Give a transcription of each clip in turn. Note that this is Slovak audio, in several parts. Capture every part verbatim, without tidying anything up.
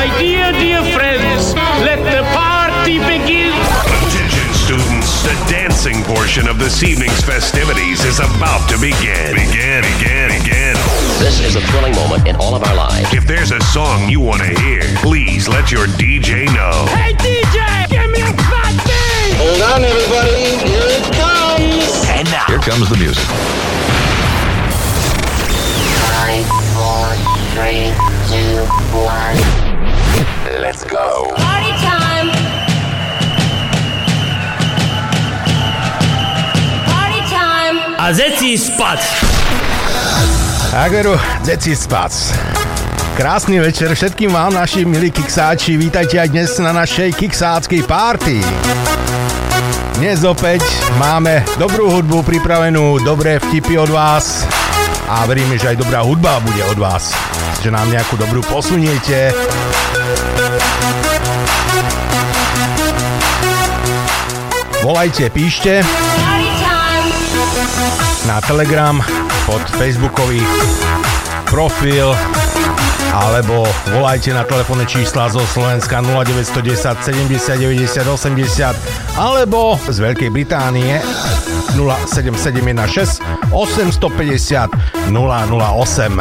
My dear, dear friends, let the party begin. Attention students, the dancing portion of this evening's festivities is about to begin. Begin, begin, begin. This is a thrilling moment in all of our lives. If there's a song you want to hear, please let your D J know. Hey D J, give me a fat thing! Hold on everybody, here it comes! And now, here comes the music. Five, four, three, two, one. Let's go. Party time! Party time! A zeci spať! Tak veru, zeci spať. Krásny večer všetkým vám, naši milí kiksáči. Vítajte aj dnes na našej kiksáckej party. Dnes opäť máme dobrú hudbu pripravenú, dobré vtipy od vás a veríme, že aj dobrá hudba bude od vás, že nám nejakú dobrú posuniete. Volajte, píšte na Telegram pod facebookový profil alebo volajte na telefónne čísla zo Slovenska nula deväť jedna nula sedemdesiat deväťdesiat osemdesiat alebo z Veľkej Británie nula sedem sedem jedna šesť osem päť nula nula nula osem.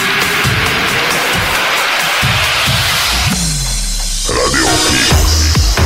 Radio Kicks.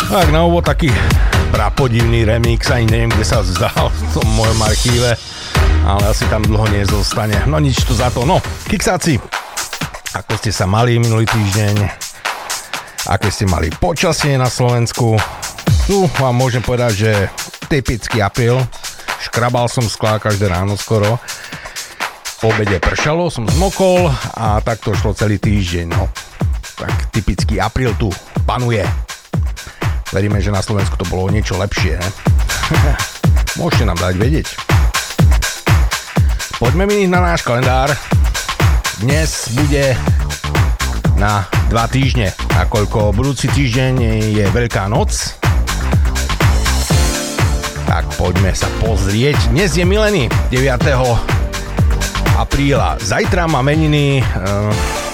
Tak na úvod taký prapodivný remix, ani neviem, kde sa zdal v tom mojom archíve, ale asi tam dlho nezostane. No nič to za to. No, kiksáci, ako ste sa mali minulý týždeň, aké ste mali počasie na Slovensku, tu vám môžem povedať, že typický apríl, škrabal som sklá každé ráno skoro, po obede pršalo, som zmokol a tak to šlo celý týždeň, no. Tak typický apríl tu panuje. Veríme, že na Slovensku to bolo niečo lepšie, ne? Môžete nám dať vedieť. Poďme mi na náš kalendár. Dnes bude na dva týždne, nakoľko budúci týždeň je Veľká noc. Tak poďme sa pozrieť. Dnes je milený deviateho apríla. Zajtra má meniny... Uh,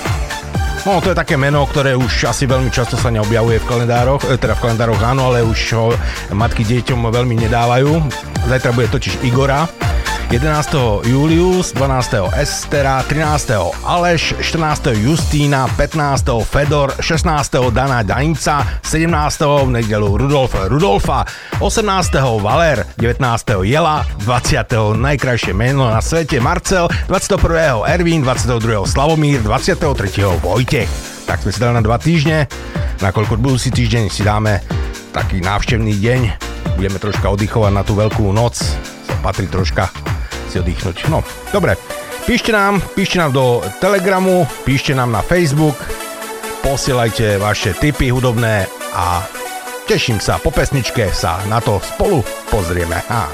No, to je také meno, ktoré už asi veľmi často sa neobjavuje v kalendároch, teda v kalendároch áno, ale už ho matky deťom veľmi nedávajú. Zajtra bude totiž Igora, jedenásteho Julius, dvanásteho Estera, trinásteho Aleš, štrnásteho Justína, pätnásteho Fedor, šestnásteho Dana Danica, sedemnásteho v nedeľu Rudolf Rudolfa, osemnásteho Valer, devätnásteho Jela, dvadsiateho najkrajšie meno na svete Marcel, dvadsiateho prvého Ervín, dvadsiateho druhého Slavomír, dvadsiateho tretieho Vojtech. Tak sme si dali na dva týždne, nakoľko budúci týždeň si dáme taký návštevný deň, budeme troška oddychovať na tú veľkú noc, sa patrí troška si oddychnúť. No, dobre. Píšte nám, píšte nám do Telegramu, píšte nám na Facebook, posielajte vaše tipy hudobné a teším sa, po pesničke sa na to spolu pozrieme. Á.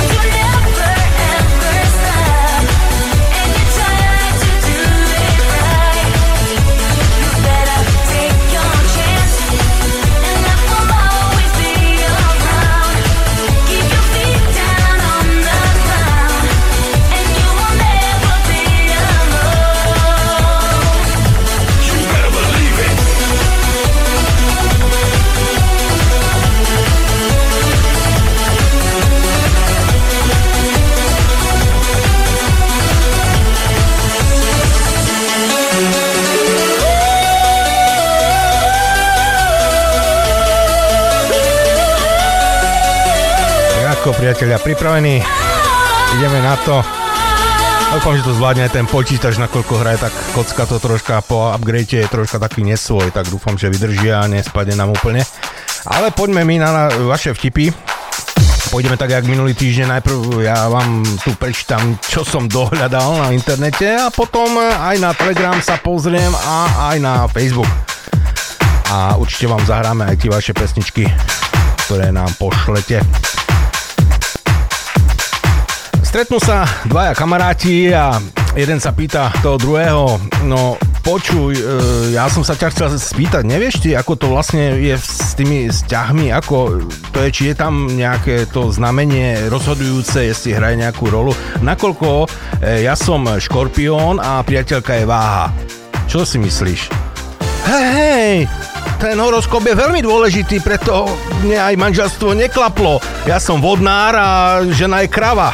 Right. Ako priatelia, pripravení? Ideme na to. Dúfam, že to zvládne ten počítač, nakoľko hraje tak kocka to troška po upgrade je troška taký nesvoj, tak dúfam, že vydrží a nespadne nám úplne. Ale poďme my na, na vaše vtipy. Pôjdeme tak, jak minulý týždeň. Najprv ja vám tu prečítam, čo som dohľadal na internete a potom aj na Telegram sa pozriem a aj na Facebook. A určite vám zahráme aj tie vaše pesničky, ktoré nám pošlete. Stretnú sa dvaja kamaráti a jeden sa pýta toho druhého, no počuj, ja som sa ťa chcel spýtať, nevieš ty, ako to vlastne je s tými vzťahmi, ako to je, či je tam nejaké to znamenie rozhodujúce, jestli hraje nejakú rolu, nakoľko ja som škorpión a priateľka je váha. Čo si myslíš? Hej, hej, ten horoskop je veľmi dôležitý, preto mne aj manželstvo neklaplo. Ja som vodnár a žena je krava.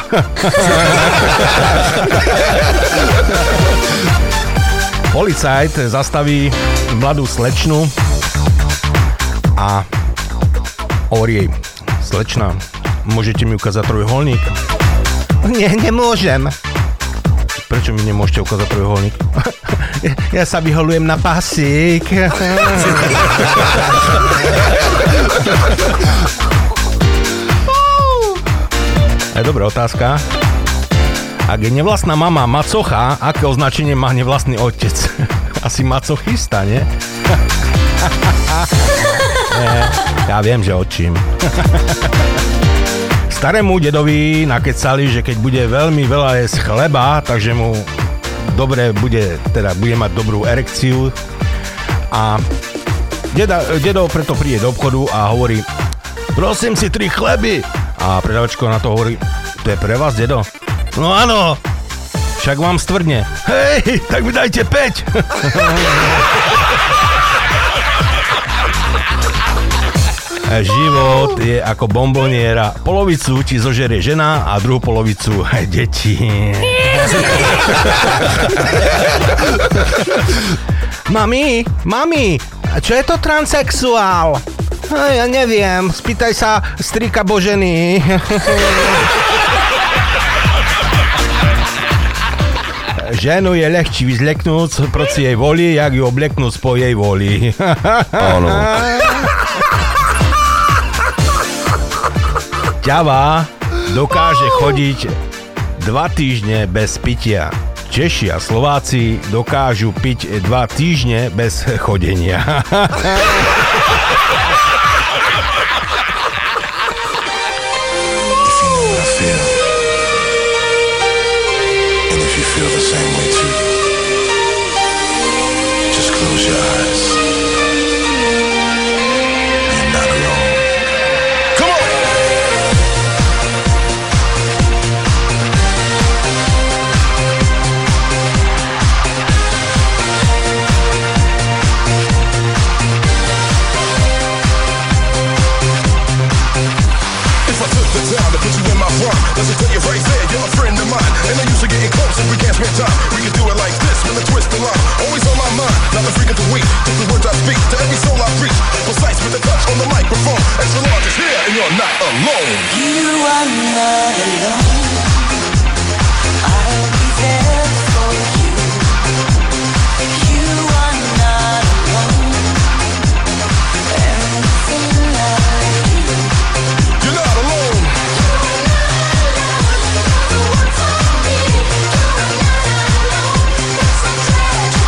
Policajt zastaví mladú slečnu a hovorí jej, slečna, môžete mi ukázať trojuholník? Nie, nemôžem. Prečo mi nemôžete ukázať trojuholník? Ja sa vyholujem na pásik. Je dobrá otázka. Ak je nevlastná mama macocha, aké označenie má nevlastný otec? Asi macochista, nie? Nie, ja viem, že odčím. Starému dedovi nakecali, že keď bude veľmi veľa jesť chleba, takže mu dobre bude, teda bude mať dobrú erekciu. A deda, dedo preto príde do obchodu a hovorí, prosím si tri chleby. A predavačko na to hovorí, to je pre vás, dedo? No áno, však vám stvrdne. Hej, tak mi dajte päť. Život je ako bomboniera. Polovicu ti zožerie žena a druhú polovicu aj deti. Mami, mami, čo je to transsexuál? Ja neviem, spýtaj sa strýka Boženy. Ženu je ľahčí vyzleknúť proti jej voli, jak ju obleknúť po jej voli. Áno. Ťava dokáže chodiť dva týždne bez pitia. Češi a Slováci dokážu piť dva týždne bez chodenia. Feel the same way too. Just close your eyes. You're not alone. Come on! If I took the time to put you in my front, does it tell you right there, you're a friend of mine, and I'm used to getting close if we can't spend time. We can do it like this with a twist of line. Always on my mind, not the freak of the week. To the words I speak, to every soul I preach. Precise with the touch on the microphone. Extra large is here, and you're not alone. You are not alone. I'll be there for you. You are not alone. Everything I do. You're not alone. The one for me. You're not alone. It's so tragic.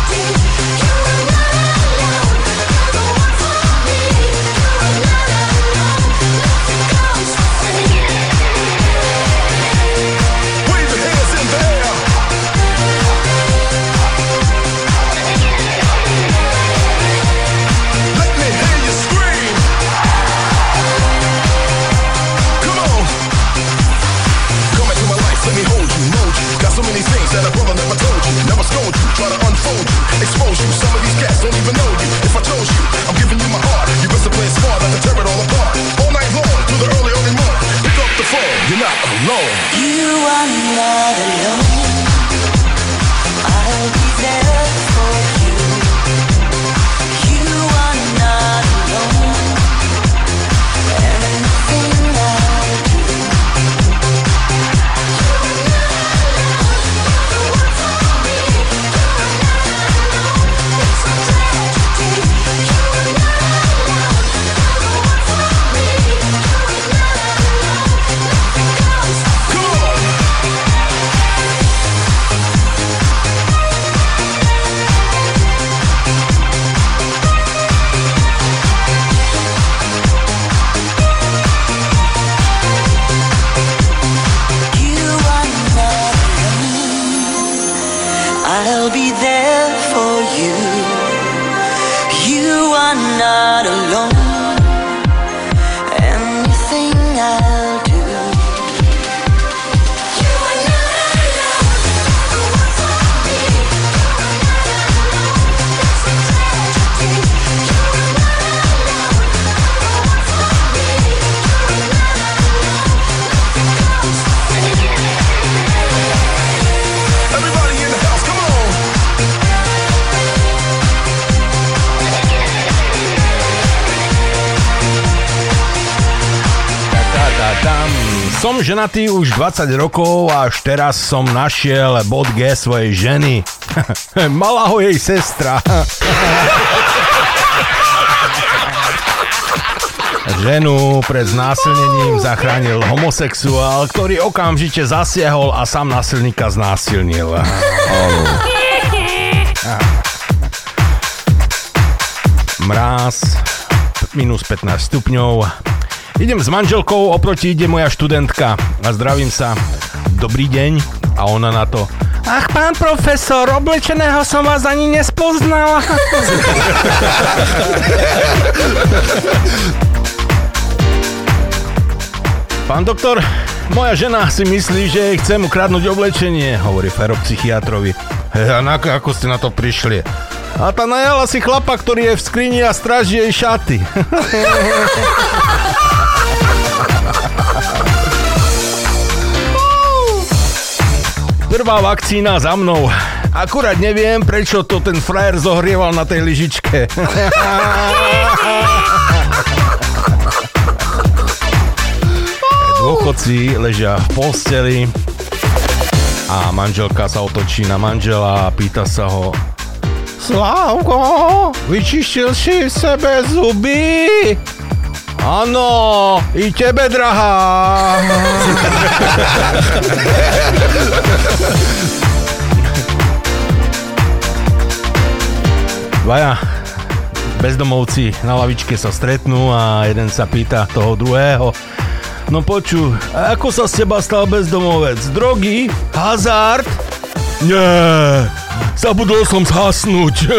I'll be there for you. You are not alone. Anything I'll do. You are not alone. Go on for me. Everybody in the house, come on. Tam. Som ženatý už dvadsať rokov a až teraz som našiel bod G svojej ženy. Malá ho jej sestra. Ženu pred znásilnením zachránil homosexuál, ktorý okamžite zasiahol a sám násilníka znásilnil. Mráz, minus pätnásť stupňov. Idem s manželkou, oproti ide moja študentka a zdravím sa. Dobrý deň. A ona na to: ach, pán profesor, oblečeného som vás ani nespoznala. Pán doktor, moja žena si myslí, že jej chcem ukradnúť oblečenie, hovorí Fero psychiatrovi. A ako ste na to prišli? A tá najala si chlapa, ktorý je v skrini a stráži jej šaty. Prvá vakcína za mnou. Akurát neviem, prečo to ten frajer zohrieval na tej lyžičke. Dôchodci ležia v posteli a manželka sa otočí na manžela a pýta sa ho: Slávko, vyčištil si sebe zuby? Áno, i tebe, drahá. Dvaja bezdomovci na lavičke sa stretnú a jeden sa pýta toho druhého: no počuj, ako sa z teba stal bezdomovec? Drogy? Hazard? Nie, zabudol som zhasnúť.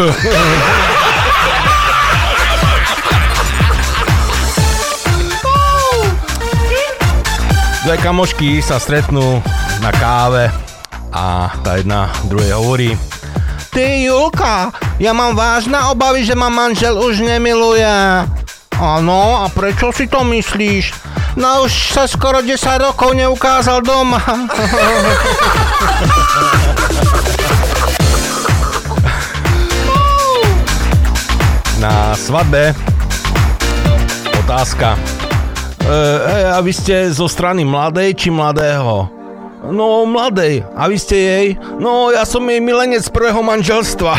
Dve kamošky sa stretnú na káve a tá jedna druhej hovorí: ty, Julka, ja mám vážne obavy, že ma manžel už nemiluje. Áno, a prečo si to myslíš? No už sa skoro desať rokov neukázal doma. Na svadbe otázka: E, e, a vy ste zo strany mladej či mladého? No, mladej. A vy ste jej? No, ja som jej milenec prvého manželstva.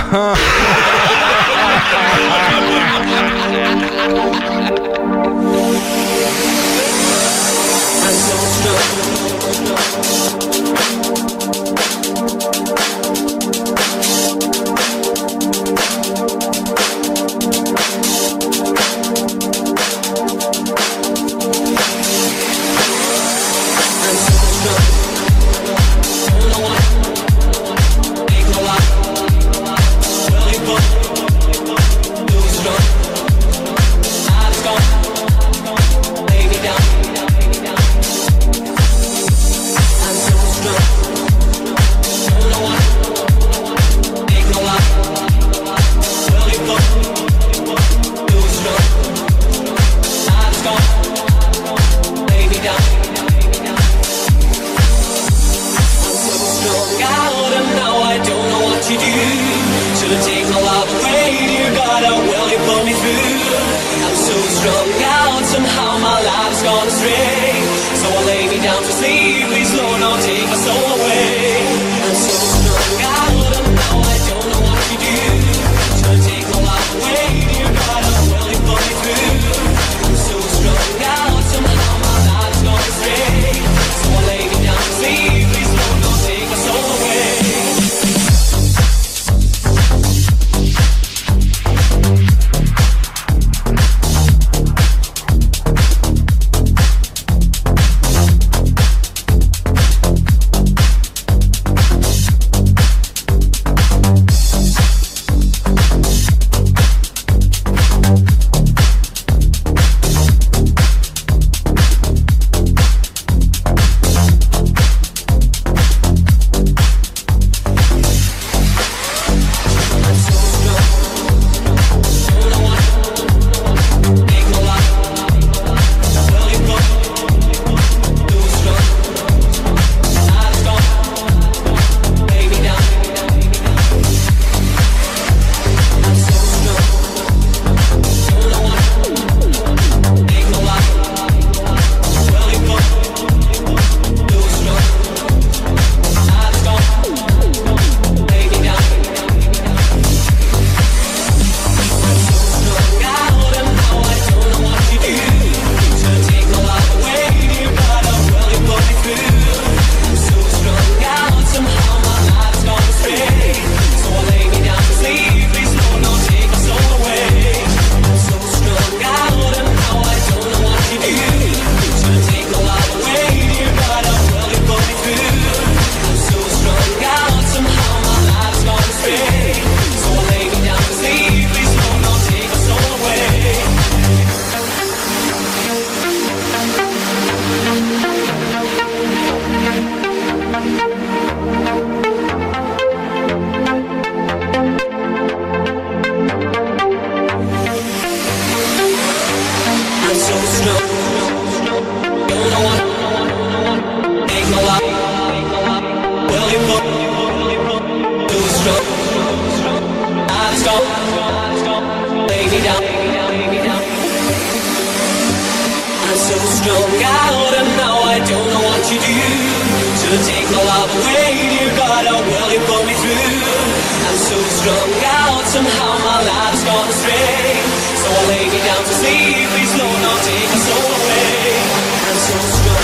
my love away, dear God, how will you pull me through? I'm so strung out, somehow my life's gone astray. So I lay me down to sleep, please Lord, don't take my soul away. I'm so strung.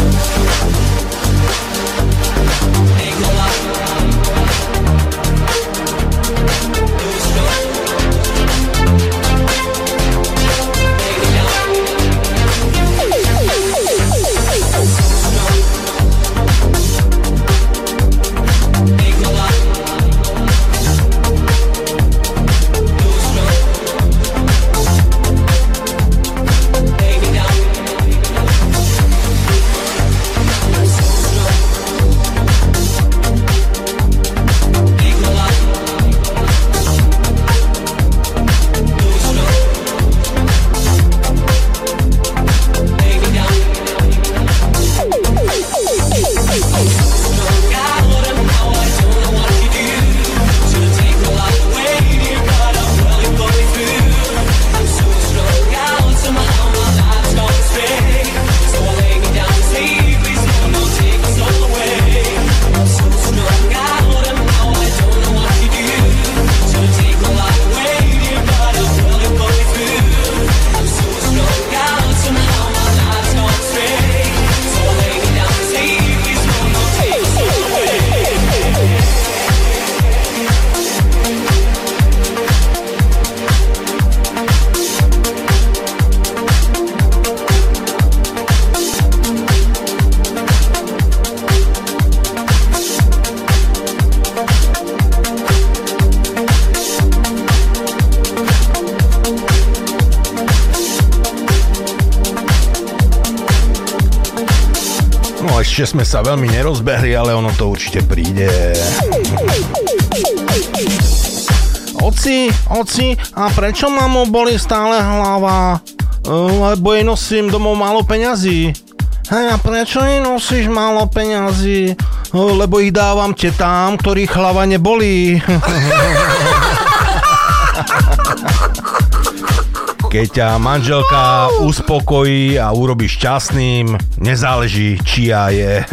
Take my life. Ešte sme sa veľmi nerozbehli, ale ono to určite príde. Oci, oci, a prečo mamo boli stále hlava? Lebo jej nosím domov málo peňazí. Hej, a prečo jej nosíš málo peňazí? Lebo ich dávam tetám, ktorých hlava nebolí. Keď ťa manželka uspokojí a urobí šťastným, nezáleží, čia je.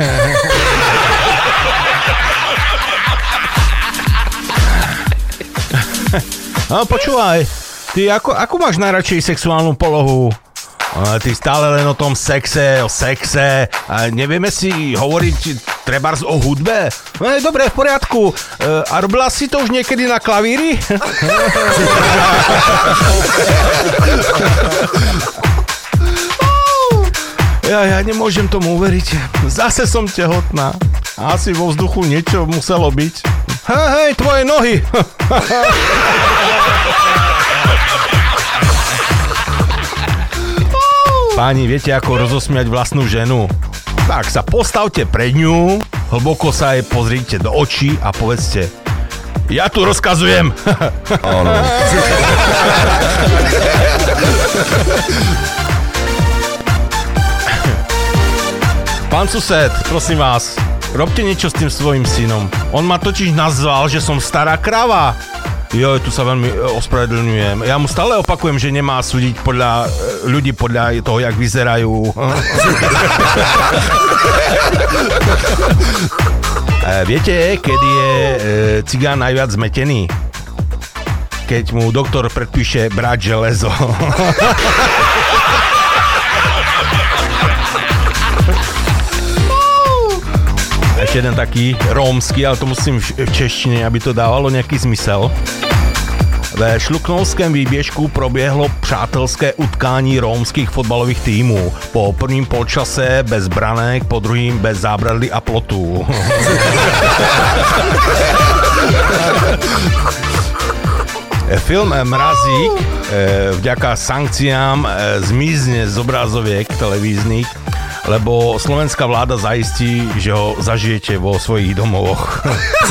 No počúvaj, ty ako, ako máš najradšej sexuálnu polohu? Ty stále len o tom sexe, o sexe. A nevieme si hovoriť trebárs o hudbe? No je dobre, v poriadku. A robila si to už niekedy na klavíri? Ja, ja nemôžem tomu uveriť. Zase som tehotná. Asi vo vzduchu niečo muselo byť. Hej, hej, tvoje nohy. Páni, viete, ako rozosmiať vlastnú ženu? Tak sa postavte pred ňu, hlboko sa jej pozrite do očí a povedzte: ja tu rozkazujem. Áno. Pán sused, prosím vás, robte niečo s tým svojim synom. On ma totiž nazval, že som stará krava. Joj, tu sa veľmi ospravedlňujem. Ja mu stále opakujem, že nemá súdiť podľa ľudí podľa toho, jak vyzerajú. Viete, kedy je e, cigán najviac zmetený? Keď mu doktor predpíše brať železo. Ešte jeden taký rómsky, ale to musím v češtine, aby to dávalo nejaký zmysel. Ve Šluknovském výběžku proběhlo přátelské utkání rómských fotbalových týmů. Po prvním polčase bez branek, po druhým bez zábradlí a plotů. Film Mrazík vďaka sankciám zmizne z obrazoviek televíznych, lebo slovenská vláda zaistí, že ho zažijete vo svojich domovoch.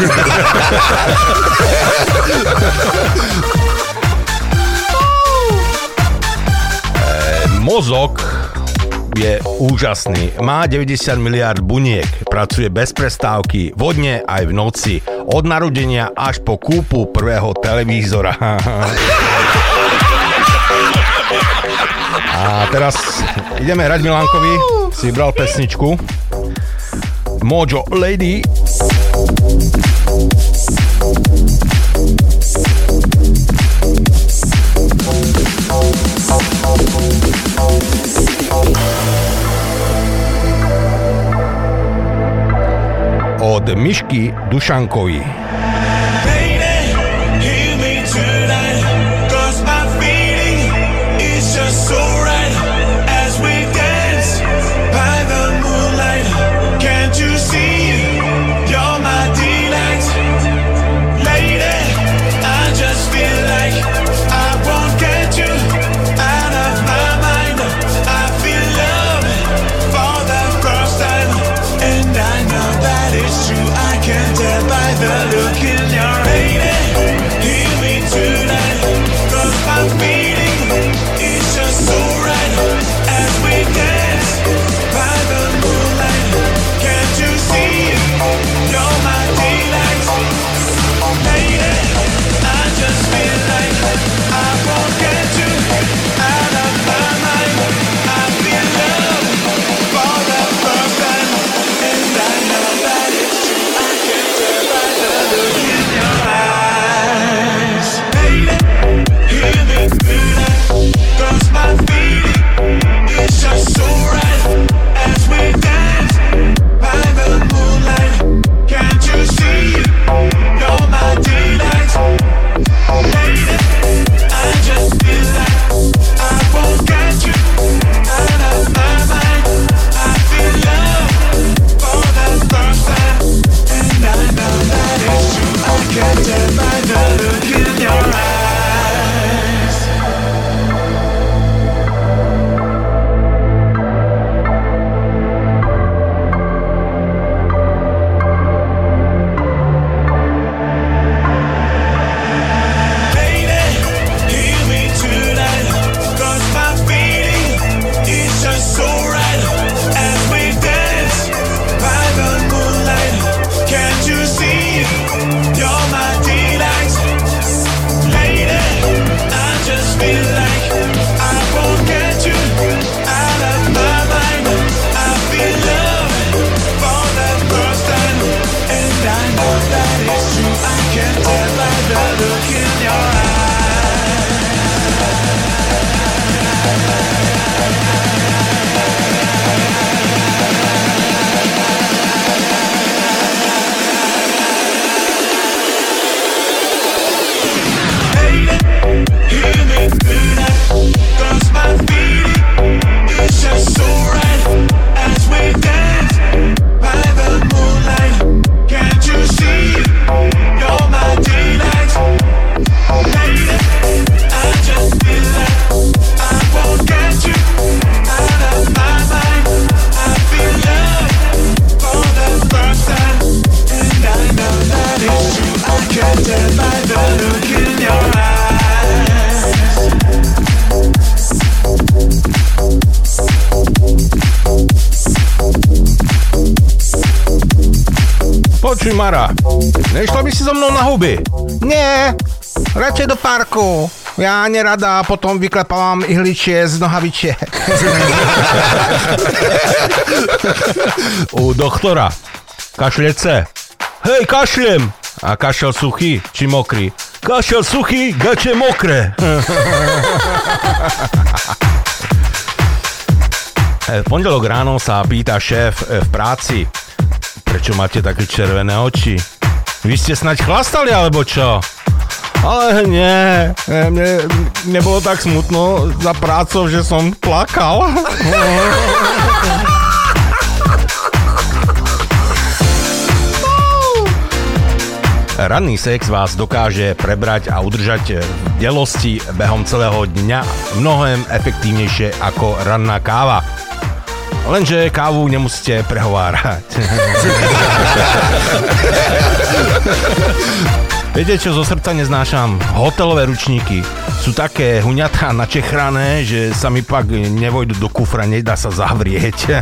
Mozog je úžasný. Má deväťdesiat miliárd buniek, pracuje bez prestávky, vodne aj v noci, od narodenia až po kúpu prvého televízora. A teraz ideme hrať Milánkovi, si vybral pesničku. Mojo Lady. Od Mišky Dušankovi. Počuj, Mara, nešla by si so mnou na huby? Nie, radšej do parku. Ja nerada potom vyklepávam ihličie z nohavičiek. U doktora. Kašľece. Hej, kašlem. A kašel suchý či mokrý? Kašel suchý, gače mokré. V pondelok ráno sa pýta šéf v práci. Prečo máte také červené oči? Vy ste snaď chlastali, alebo čo? Ale nie, mne, mne bolo tak smutno za prácou, že som plakal. Ranný sex vás dokáže prebrať a udržať v bdelosti behom celého dňa mnohem efektívnejšie ako ranná káva. Lenže kávu nemusíte prehovárať. Viete, čo zo srdca neznášam? Hotelové ručníky. Sú také huňatá načechrané, že sa mi pak nevojdu do kufra, nedá sa zavrieť.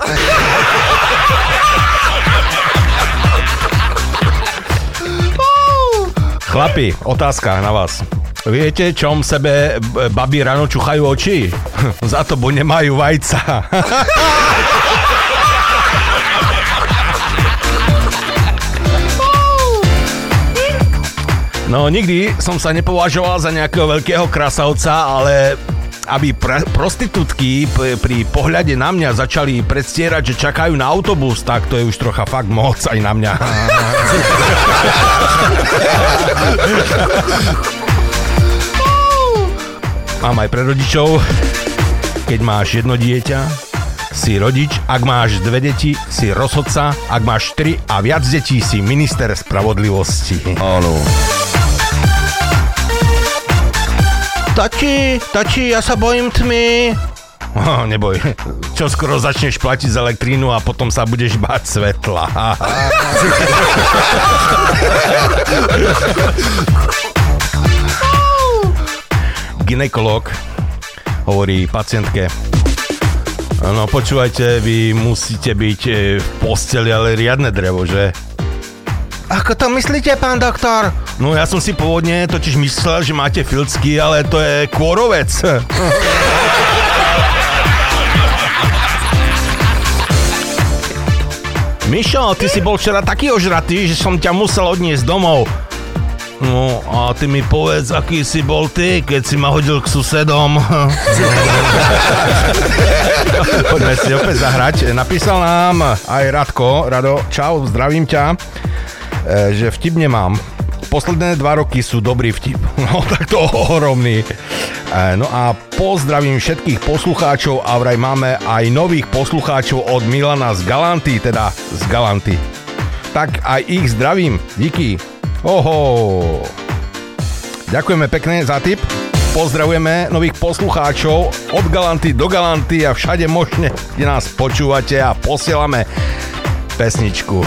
Chlapi, otázka na vás. Viete, čom sebe babi ráno čuchajú oči? Za to, bo nemajú vajca. No nikdy som sa nepovažoval za nejakého veľkého krasavca, ale aby pr- prostitútky p- pri pohľade na mňa začali predstierať, že čakajú na autobus, tak to je už trocha fakt moc aj na mňa. Mám aj pre rodičov. Keď máš jedno dieťa, si rodič, ak máš dve deti, si rozhodca, ak máš tri a viac detí, si minister spravodlivosti. Áno. Tati, tati, ja sa bojím tmy. Oh, neboj, čo skoro začneš platiť za elektrínu a potom sa budeš báť svetla. Gynekolog hovorí pacientke: no počúvajte, vy musíte byť v posteli, ale riadne drevo, že? Ako to myslíte, pán doktor? No ja som si pôvodne totiž myslel, že máte filcky, ale to je kôrovec. Mišo, ty si bol včera taký ožratý, že som ťa musel odniesť domov. No a ty mi povedz, aký si bol ty, keď si ma hodil k susedom. Poďme si opäť zahrať. Napísal nám aj Radko. Rado, čau, zdravím ťa. E, že vtip nemám. Posledné dva roky sú dobrý vtip. No tak to ohromný. E, no a pozdravím všetkých poslucháčov a vraj máme aj nových poslucháčov od Milana z Galanty, teda z Galanty. Tak aj ich zdravím. Díky. Oho. Ďakujeme pekne za tip. Pozdravujeme nových poslucháčov od Galanty do Galanty a všade možne, kde nás počúvate, a posielame pesničku.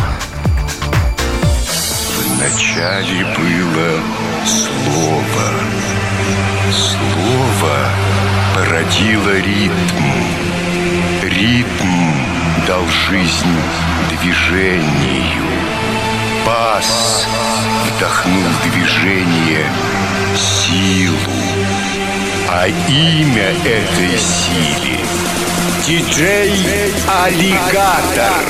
Вначале было слово. Слово породило ритм. Ритм дал жизнь движению. Бас вдохнул в движение силу. А имя этой силе — диджей-аллигатор.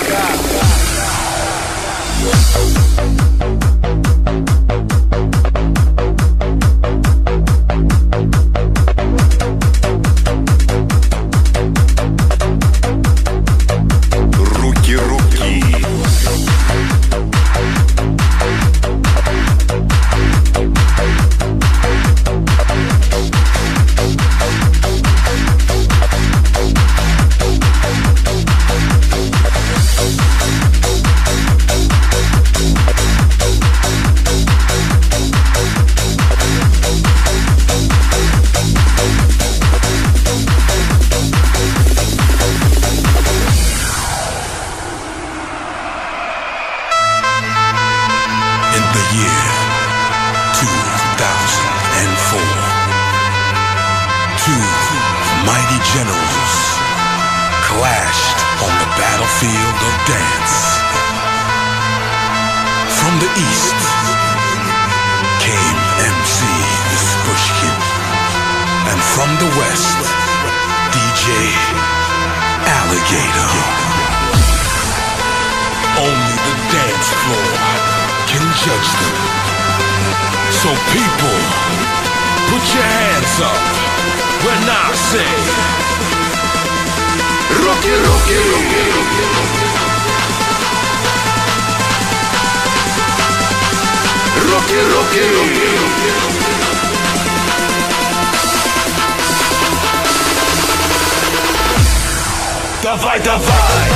Давай, давай!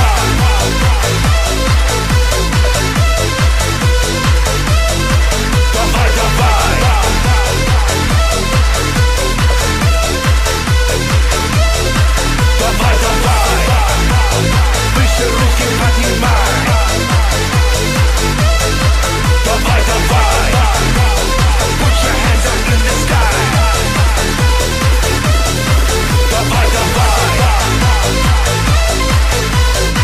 Давай, давай! Давай, давай! Выше руки поднимай! Давай, давай! Put your hands up in the sky! Давай, давай!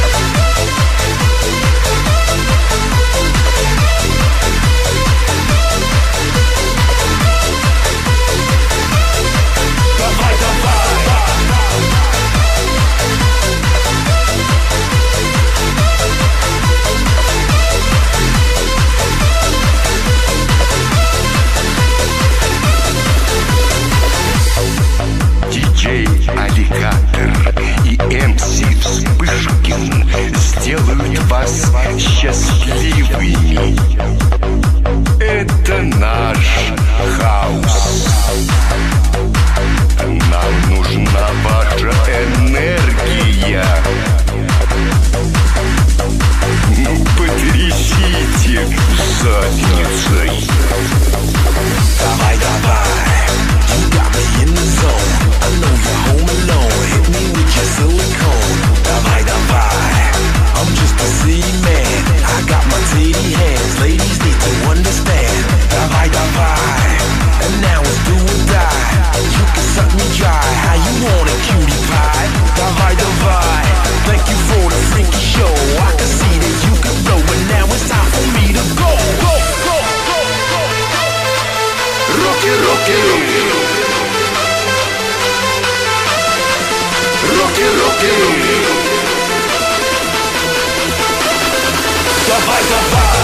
хаос. Нам нужна ваша энергия. Потрясите задницей. Давай, давай, you got me in the zone. I know you're home alone. Hit me with your silicone. Давай, давай, I'm just a city man. I got my titty hands. Ladies need to understand. Давай, давай, and now it's do or die. You can suck me dry. How you want it, cutie pie? Давай, давай, thank you for the freaky show. I can see that you can flow, and now it's time for me to go. Go, go, go, go, go. Руки, руки, руки. Руки, руки, руки. Давай, давай.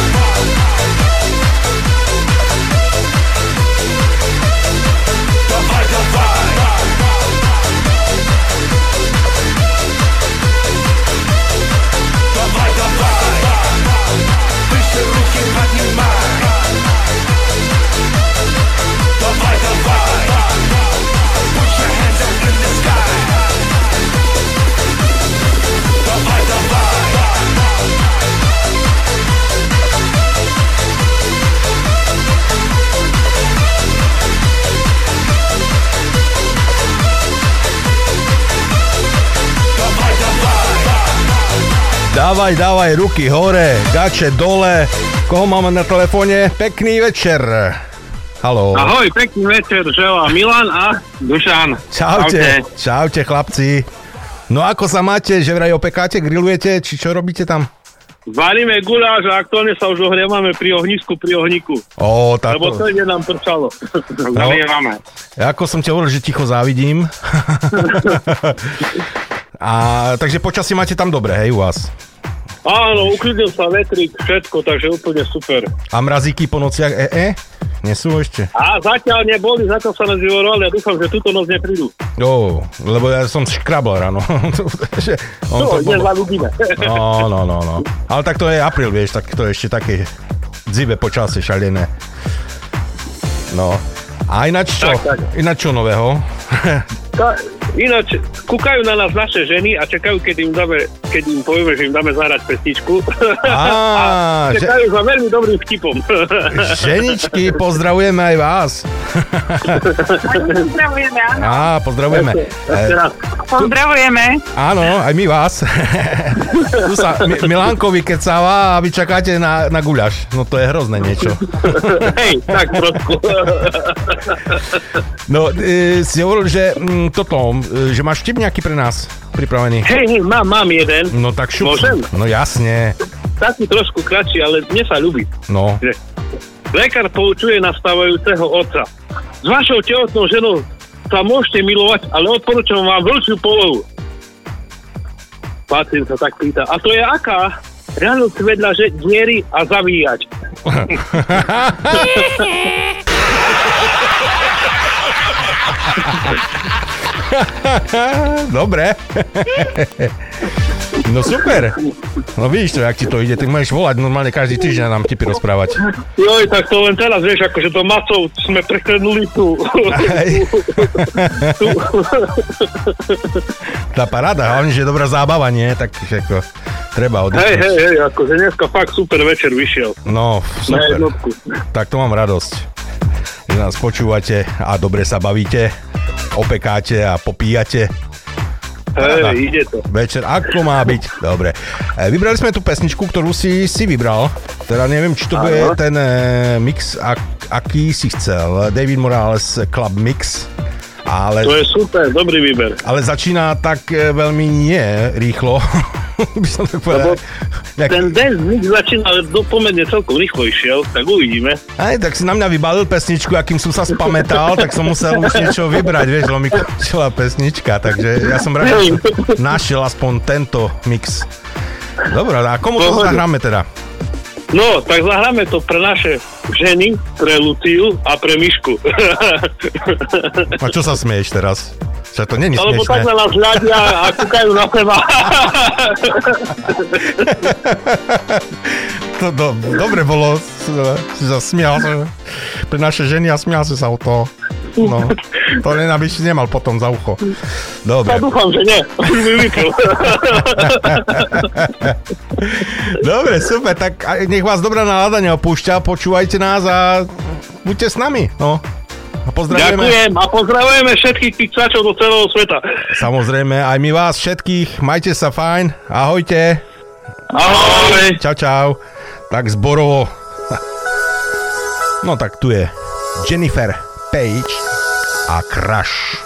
Давай, давай. Давай, давай. Выше руки поднимай. Давай, давай. Put your hands up in the sky. Давай, давай. Dávaj, dávaj, ruky hore, gače dole. Koho máme na telefóne? Pekný večer. Haló. Ahoj, pekný večer, želá Milan a Dušan. Čaute, čaute chlapci. No ako sa máte, že vraj opekáte, grillujete, či čo robíte tam? Varíme guláš a aktuálne sa už ohrievame pri ohnisku, pri ohníku. Ó, táto. Lebo to ide nám prčalo. Zalievame. Ja ako som ťa hovoril, že ticho závidím. A takže počasie máte tam dobre, hej, u vás? Áno, uklidil sa vetrík, všetko, takže úplne super. A mrazíky po nociach e e? Nie sú ešte? A zatiaľ neboli, zatiaľ sa nás vyvorovali a dúfam, že túto noc neprídu. Ó, lebo ja som škrabal ráno. On no, to bolo... nezalúbime. No, no, no, no. Ale tak to je apríl, vieš, tak to je ešte také dzivé počasie šalené. No. A ináč čo? Tak, tak. Ináč čo nového? Ta, ináč, kúkajú na nás naše ženy a čakajú, keď im dáme, keď im povieme, že im dáme zahrať pesničku. Á, a čakajú že... za veľmi dobrým vtipom. Ženičky, pozdravujeme aj vás. Pozdravujeme, áno. Á, pozdravujeme. Pozdravujeme. Áno, aj my vás. Tu sa Milánkovi kecáva a vy čakáte na, na guľaš. No to je hrozné niečo. Hej, tak trošku. No, e, si hovoril, že m, toto, e, že máš vtip nejaký pre nás pripravený? Hej, hej, mám, mám jeden. No tak šup. Môžem? No jasne. Taký trošku kratší, ale mne sa ľúbi. No. Že lekár poučuje nastávajúceho otca. S vašou tehotnou ženou sa môžete milovať, ale odporúčam vám vlčiu polohu. Pacient sa tak pýta, a to je aká? Ráno si vedľa, že diery a zavíjať. Dobre. No super. No vidíš to, jak ti to ide, tak môžeš volať normálne každý týždeň nám tipy rozprávať. Joj, tak to len teraz, vieš, akože to macov sme preklenuli tu. tu. Tá paráda, hlavne, že je dobrá zábava, nie? Tak ako, treba oddychnúť. Hej, hej, hej, akože dneska fakt super večer vyšiel. No, super. Tak to mám radosť, že nás počúvate a dobre sa bavíte, opekáte a popíjate. Hej, ide to. Večer, ako má byť. Dobre. E, vybrali sme tú pesničku, ktorú si si vybral. Teda neviem, či to bude ten e, mix, ak, aký si chcel. David Morales Club Mix. Ale, to je super, dobrý výber. Ale začína tak e, veľmi nie rýchlo. By som tak povedal. Nejak... Ten dance mix začína do pomerne celkom rýchlo išiel, tak uvidíme. Aj, tak si na mňa vybalil pesničku, akým som sa spamätal, tak som musel už niečo vybrať, vieš, lebo mi končila pesnička, takže ja som rád, že našiel aspoň tento mix. Dobre, a komu to zahráme teda? No, tak zahráme to pre naše ženy, pre Luciu a pre Mišku. A čo sa smieš teraz? Čo to není Alebo smiešné. takhle nás hľadia a kúkajú na seba. To do, dobre bolo, si sa smial pre naše ženy a smial si sa o toho. No, to len aby si nemal potom za ucho. Dobre. Ja dúfam, že nie. Dobre, super, tak nech vás dobrá nálada neopúšťa, počúvajte nás a buďte s nami, no. A pozdravujeme. Ďakujem a pozdravujeme všetkých pizzačov do celého sveta. Samozrejme, aj my vás všetkých, majte sa fajn, ahojte. Ahoj. Čau, čau. Tak zborovo. No tak tu je Jennifer Page a Crush.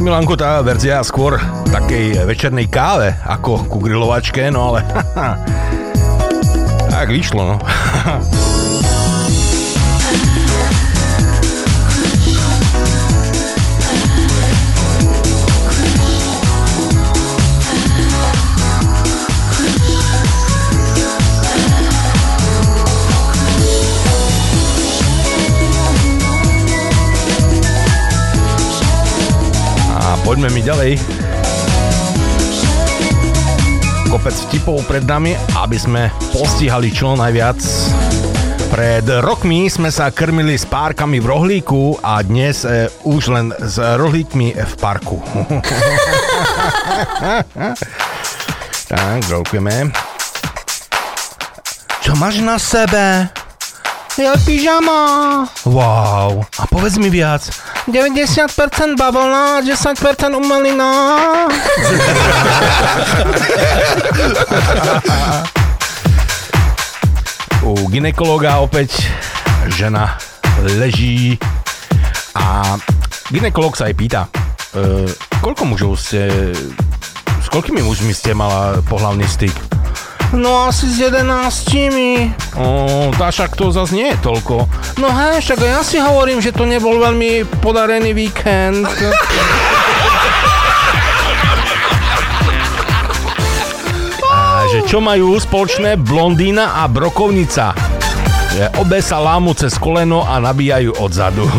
Milanko, tá verzia skôr takej večernej káve ako ku grilovačke, no ale tak vyšlo, no. Poďme mi ďalej. Kopec vtipov pred nami, aby sme postihali čo najviac. Pred rokmi sme sa krmili s párkami v rohlíku a dnes e, už len s rohlíkmi v parku. Tak, ďakujeme. Čo máš na sebe? Ja pyžama. Wow. A povedz mi viac. deväťdesiat percent bavlna, desať percent umelina. U gynekológa opäť žena leží a gynekológ sa jej pýta, e, koľko mužov ste, s koľkými mužmi ste mala pohlavný styk? No asi s jedenáctimi. O, tá však to zase nie je toľko. No hej, však ja si hovorím, že to nebol veľmi podarený víkend. A že čo majú spoločné blondína a brokovnica? Že obe sa lámu cez koleno a nabíjajú odzadu.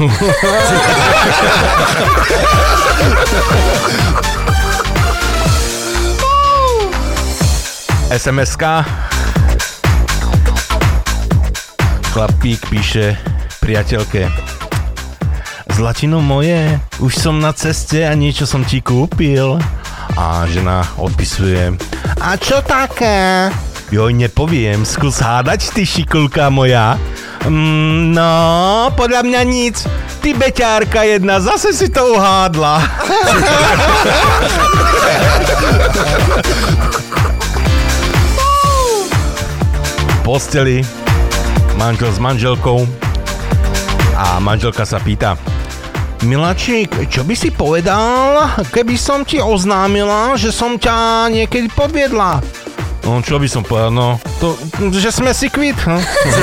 es em eska. Chlapík píše priateľke: Zlatino moje, už som na ceste a niečo som ti kúpil. A žena odpisuje: A čo také? Joj, nepoviem, skús hádať, ty šikulka moja. Mm, no, podľa mňa nic. Ty beťárka jedna, zase si to uhádla. Posteli, manžel s manželkou a manželka sa pýta: Miláčik, čo by si povedal, keby som ti oznámila, že som ťa niekedy podviedla? No, čo by som povedal, no, to, že sme si kvit, no.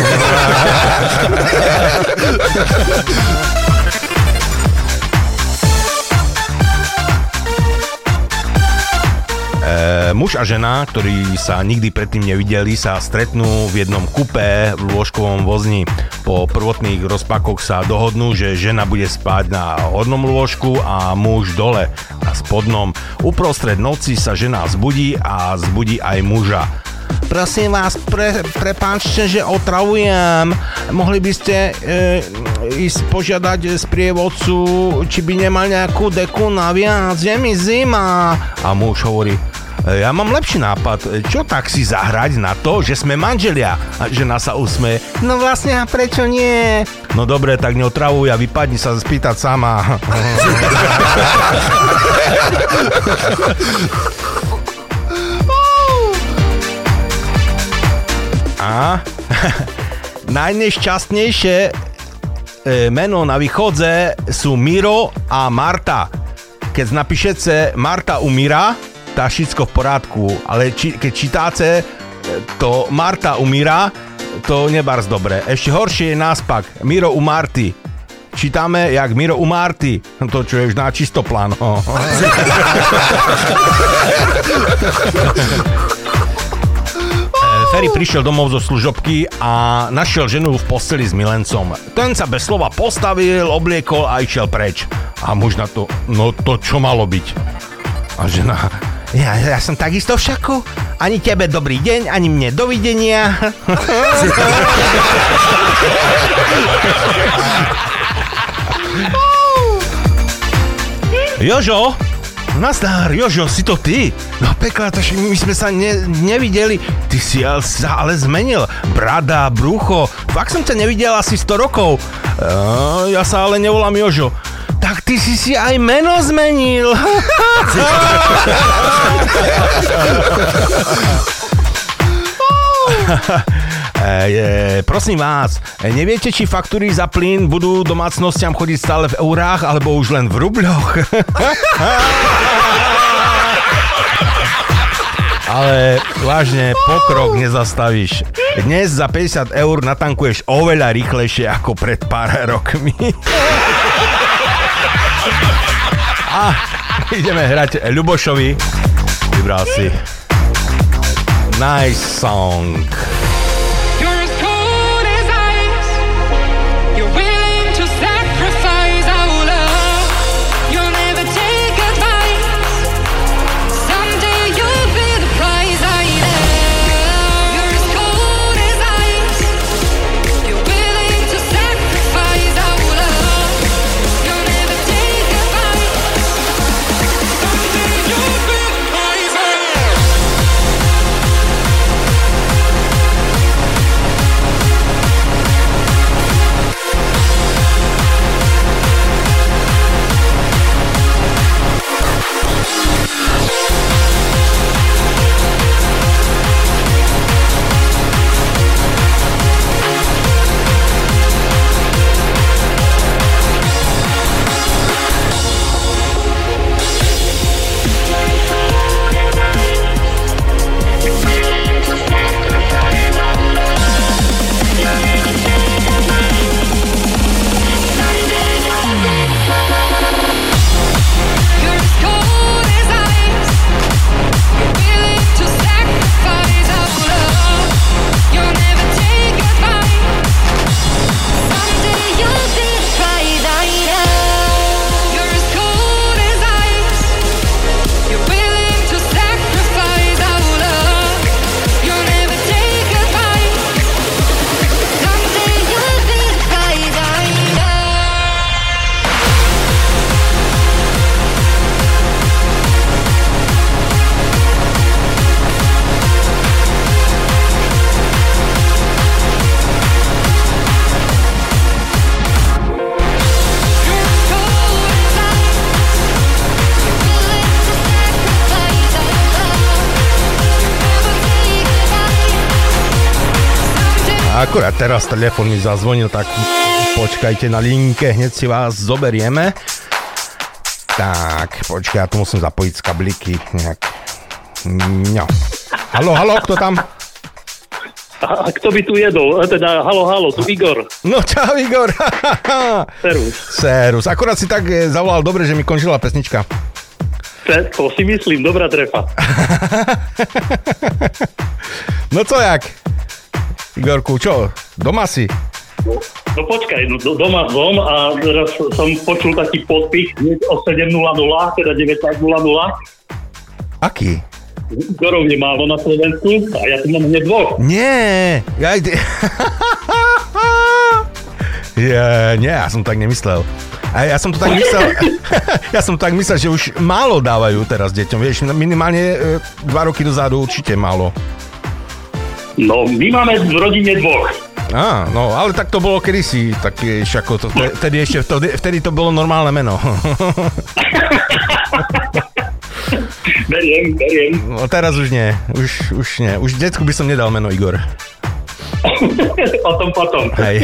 E, muž a žena, ktorí sa nikdy predtým nevideli, sa stretnú v jednom kupé v lôžkovom vozni. Po prvotných rozpakoch sa dohodnú, že žena bude spať na hornom lôžku a muž dole na spodnom. Uprostred noci sa žena zbudí a zbudí aj muža. Prosím vás, pre, prepáčte, že otravujem. Mohli by ste e, ísť požiadať sprievodcu, či by nemal nejakú deku naviac, je mi zima. A muž hovorí: ja mám lepší nápad, čo tak si zahrať na to, že sme manželia? A žena sa usmeje: no vlastne, a prečo nie? No dobre, tak neotravuj a vypadni sa spýtať sama. A najnešťastnejšie e, meno na východze sú Miro a Marta. Keď napíšete Marta umíra, tá všetko v porádku, ale či, keď čítáte to Marta umíra, to nebárs dobre. Ešte horšie je náspak Miro u Marty. Čítame jak Miro u Marty. To čo je už na čistoplán. Ferry prišiel domov zo služobky a našiel ženu v posteli s milencom. Ten sa bez slova postavil, obliekol a išiel preč. A muž na to: no to čo malo byť? A žena: Ja, ja som takisto v šaku. Ani tebe dobrý deň, ani mne dovidenia. Jožo? Nazdar, Jožo, si to ty? No pekla, to my sme sa ne, nevideli. Ty si sa ale zmenil. Brada, brucho. Fakt som ťa nevidel asi sto rokov. Uh, ja sa ale nevolám Jožo. Tak ty si si aj meno zmenil. E, prosím vás, neviete, či faktúry za plyn budú domácnostiam chodiť stále v eurách, alebo už len v rubľoch? Ale vážne, pokrok nezastavíš. Dnes za päťdesiat eur natankuješ oveľa rýchlejšie ako pred pár rokmi. A ideme hrať Ľubošovi. Vybral si Nice Song. Akurát teraz telefón mi zazvonil, tak počkajte na linke, hneď si vás zoberieme. Tak, počkaj, ja tu musím zapojiť z kabliky nejak. No. Halo, halo, kto tam? A kto by tu jedol? Teda, halo, halo, tu Igor. No čau, Igor. Serus. Serus. Akurát si tak zavolal dobre, že mi končila pesnička. To si myslím, dobrá trefa. No co jak? Igorku, čo? Doma si? No, no počkaj, no, do, doma som a teraz som počul taký podpis o sedem nula nula, teda devätnásť nula nula. Aký? Igorov je málo na Slovensku a ja tu mám hneď dvoch. Nie, ja, ja, nie, ja som tak nemyslel. A ja som to tak myslel, ja som to tak myslel, že už málo dávajú teraz deťom, vieš, minimálne e, dva roky dozadu určite málo. No, my máme v rodine dvoch. Á, no, ale tak to bolo kedysi, tak ako to, vtedy ešte, vtedy, vtedy to bolo normálne meno. Beriem, beriem. No, teraz už nie, už, už nie, už detku by som nedal meno Igor. Potom, potom. Hej.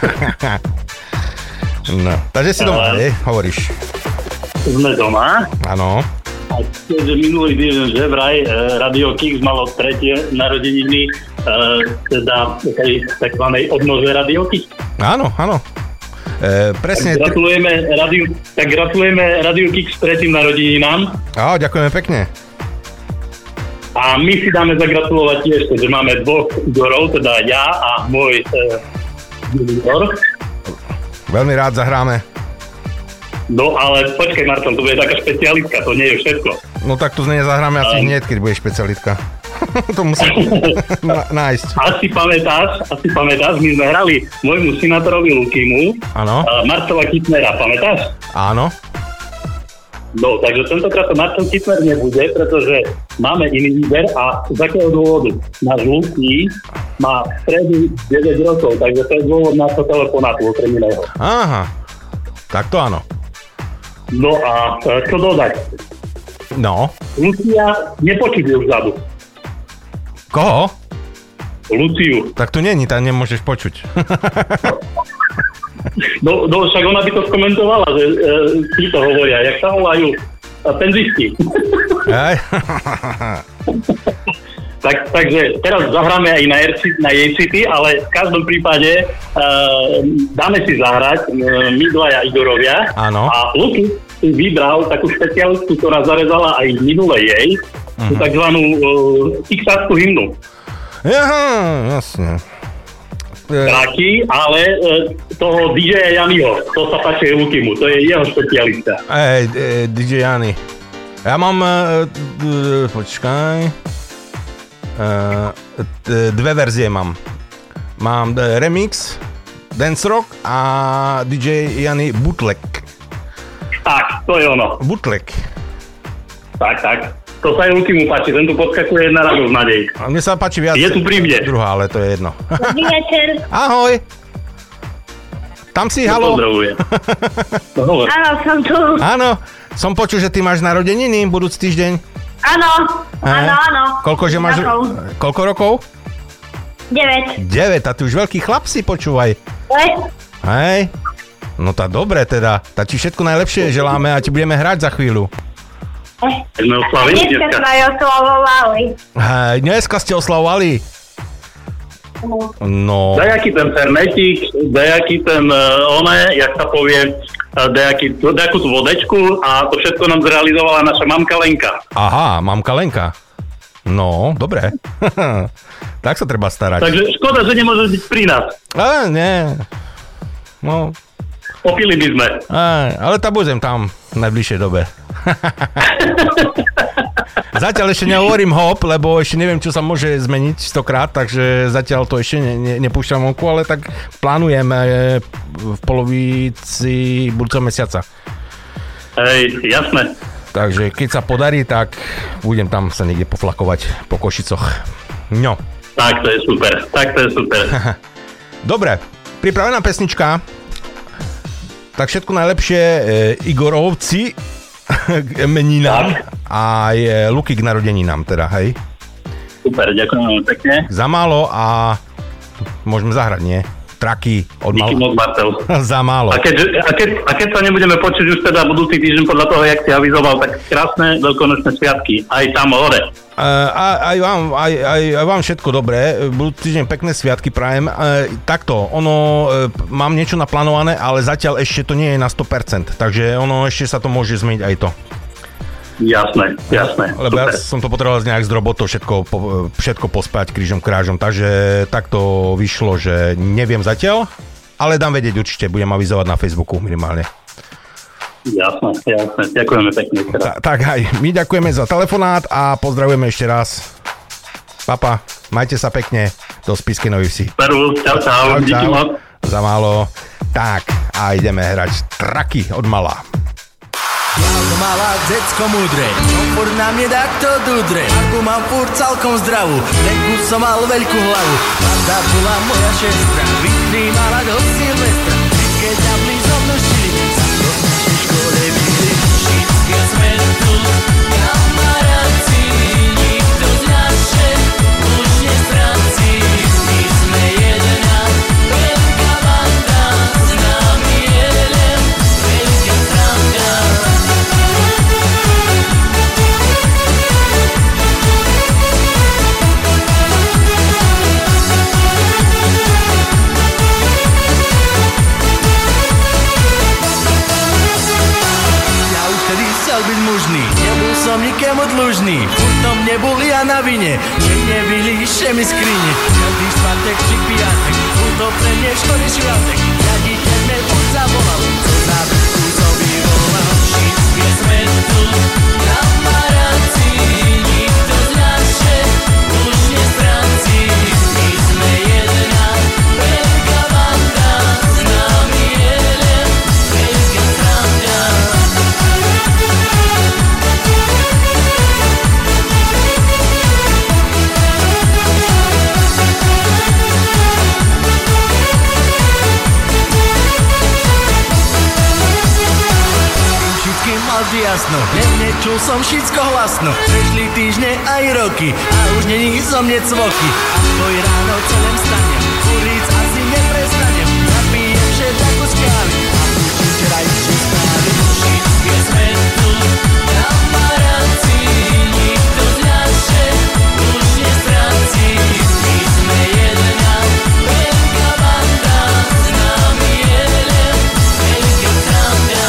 No, takže si doma, hej, hovoríš. Sme doma. Áno. A keďže minulý týždeň, že vraj Radio Kix malo tretie narodeniny, teda tej takzvanej odnože Radio Kix. Áno, áno. E, presne. Tak gratulujeme Radio, tak gratulujeme Radio Kix tretím narodeninám. Á, ďakujeme pekne. A my si dáme zagratulovať tiež, že máme dvoch Igorov, teda ja a môj Igor. Veľmi rád zahráme. No ale počkaj, Marton, to bude taká špecialitka, to nie je všetko. No tak tu nezahráme asi um. hneď, keď bude špecialitka. To musím na- nájsť. Asi pamätáš, asi pamätáš, my sme hrali môjmu senátorovi Lukimu, uh, Marcela Kittnera, pamätáš? Áno. No, takže tentokrát to Marcel Kittner nebude, pretože máme iný výber a z akého dôvodu? Náš Luky má v stredu deväť rokov, takže to je dôvod nášho telefonátu, okrem iného. Aha, tak to áno. No a čo dodať? No. Lucia nepočuje vzadu. Koho? Luciu. Tak tu není, tam nemôžeš počuť. No, no však ona by to skomentovala, že e, si to hovoria, jak sa volajú penzisti. Aj. tak, takže teraz zahráme aj na, Air City, na jej City, ale v každom prípade uh, dáme si zahrať uh, my dvaja Igorovia. Áno. A Luky si vybral takú špecialistku, ktorá zarezala aj minule jej, uh-huh. tú takzvanú uh, kiksácku hymnu. Jaha, jasne. Traky, ale uh, toho dý džeja Janiho, to sa páči Lukimu, to je jeho špecialista. Ej, dý džej Jani. Ja mám, uh, uh, počkaj, uh, dve verzie mám. Mám uh, remix, dance rock a dý džej Jani bootleg. Tak, to je ono. Bootleg. Tak, tak. To sa aj Lukimu páči, ten tu podskakuje na radosť nádej. A mne sa páči viac. Je tu pri mne. Druhá, ale to je jedno. Dobrý večer. Ahoj. Tam si, halo. Pozdravujem. Áno, som tu. Áno, som počul, že ty máš narodeniny budúci týždeň. Áno, áno, áno. Koľko, že máš... Rokov. Koľko rokov? deväť. deväť, a ty už veľký chlap si, počúvaj. Hej. Hej. No tá dobre teda. Tak ti všetko najlepšie želáme a ti budeme hrať za chvíľu. Sme oslavili dneska. Dneska sme aj oslavovali. Hej, dneska ste oslavovali. No. Dajaký ten fernetík, dajaký ten uh, one, jak sa povie, uh, dajaký, dajakú tú vodečku a to všetko nám zrealizovala naša mamka Lenka. Aha, mamka Lenka. No, dobre. Tak sa treba starať. Takže škoda, že nemôžeš byť pri nás. Ale nie. No. Popili by sme. Aj, ale tá budem tam v najbližšej dobe. Zatiaľ ešte nehovorím hop, lebo ešte neviem, čo sa môže zmeniť stokrát, takže zatiaľ to ešte ne, ne, nepúšťam vonku, ale tak plánujem v polovici budúceho mesiaca. Hej, jasné. Takže keď sa podarí, tak budem tam sa niekde poflakovať po Košicoch. No. Tak to je super, tak to je super. Dobre, pripravená pesnička. Tak všetko najlepšie e, Igorovci k meninám a aj Luky k narodeninám teda, hej? Super, ďakujem veľmi pekne. Za málo a môžeme zahrať, nie? Traky od Díky moc, Marcel. Za málo. A keď, a, keď, a keď sa nebudeme počuť už teda budúci týždeň podľa toho, jak si avizoval, tak krásne veľkonočné sviatky. Aj tam hore. Uh, aj, vám, aj, aj, aj vám všetko dobré. Budúci týždeň pekné sviatky prajem. Uh, takto, ono, uh, mám niečo naplánované, ale zatiaľ ešte to nie je na sto percent. Takže ono ešte sa to môže zmeniť aj to. Jasné, jasné. Lebo super. ja som to potreboval nejak z robotou všetko, po, všetko pospať krížom krážom, takže takto vyšlo, že neviem zatiaľ, ale dám vedieť určite, budem avizovať na Facebooku minimálne. Jasné, jasné, ďakujeme pekne. Ta, tak aj, my ďakujeme za telefonát a pozdravujeme ešte raz. Papa, majte sa pekne do Spišskej Novej Vsi. Peru, čau, čau, čau, díky moc. Za málo. Tak, a ideme hrať Traky od mala. Ja to malá decko múdre, čo furt na mne takto dudre. Aku mám furt celkom zdravú, reku som mal veľkú hlavu. Pravda bola moja šestra, vytrímala do Silvestra. Keď ťa blízom nošili, sa do našej škole byli. Všetky sme tu, kamaráci, nikto z naše už nestranci. My sme jedna veľká banda, s nami jeden veľká stranga. Byť mužný, nebol som nikému dlužný, furtom nebol ja na vine, že nevyliše mi skrine. Každý štvrtek či piatek, bol to pre mne školy šviatek, riaditeľ mne furt zavolal, co zábytku to vyvolal. Všetky sme tu, kamaráci, nikto z naše už nestranci. My sme jedna veľká banda, s nami jeden veľká stranga. Mal diabet, zhasnú. Dnes nečul som všetko hlasno. Prešli týždne aj roky a už není zo mne cvoky. A tvoj ráno celém stanem, kuric asi neprestanem. Napijem všetko z kávy a púštim včerajšie správy. Všetky sme tu, kamaráci, nikto z naše už nestráci. My sme jedna veľká banda, s nami je len veľká sranda.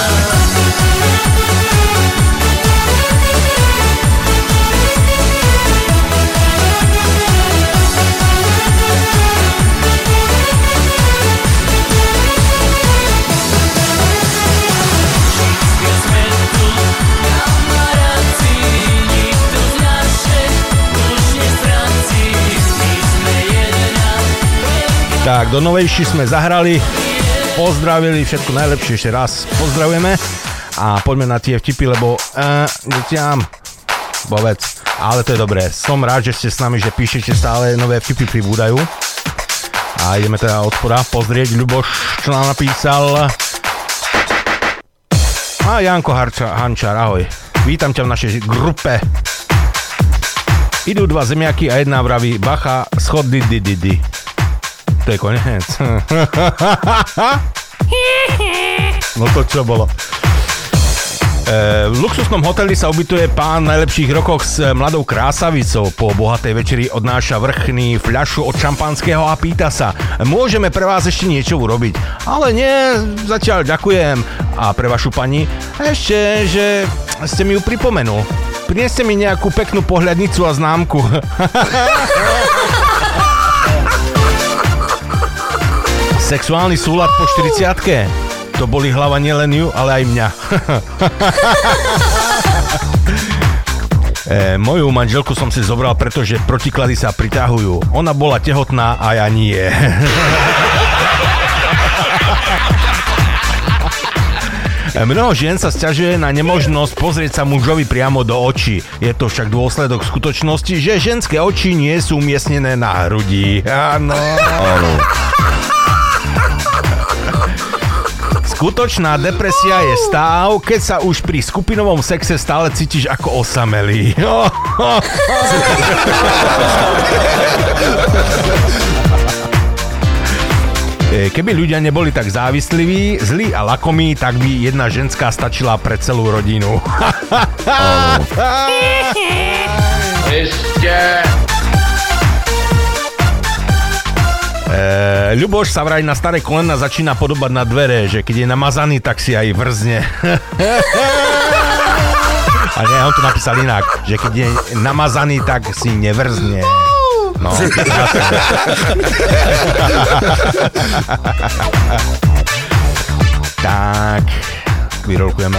Tak, do novejší sme zahrali, pozdravili, všetko najlepšie ešte raz pozdravujeme a poďme na tie vtipy, lebo uh, netiam, povedz, ale to je dobré. Som rád, že ste s nami, že píšete stále, nové vtipy pribúdajú a ideme teda od spoda pozrieť. Ľuboš, čo nám napísal. A Janko Harča, Hančar, ahoj, vítam ťa v našej grupe. Idú dva zemiaky a jedna vraví, bacha, schod di di di di. To je koniec. No to čo bolo? E, v luxusnom hoteli sa ubytuje pán v najlepších rokoch s mladou krásavicou. Po bohatej večeri odnáša vrchný fľašu od šampanského a pýta sa, môžeme pre vás ešte niečo urobiť? Ale nie, zatiaľ ďakujem. A pre vašu pani? Ešte, že ste mi ju pripomenul. Prineste mi nejakú peknú pohľadnicu a známku. Sexuálny súlad po štyridsiatke. To boli hlava nielen ju, ale aj mňa. e, moju manželku som si zobral, pretože protiklady sa priťahujú. Ona bola tehotná a ja nie. Mnoho žien sa sťažuje na nemožnosť pozrieť sa mužovi priamo do očí. Je to však dôsledok skutočnosti, že ženské oči nie sú umiestnené na hrudi. Áno. Skutočná depresia je stav, keď sa už pri skupinovom sexe stále cítiš ako osamelý. Keby ľudia neboli tak závisliví, zlí a lakomí, tak by jedna ženská stačila pre celú rodinu. Ešte... E, Ľuboš sa vraj na staré kolena začína podobať na dvere, že keď je namazaný, tak si aj vrzne. A nie, on to napísal inak, že keď je namazaný, tak si nevrzne. No, tak, vyrolkujeme.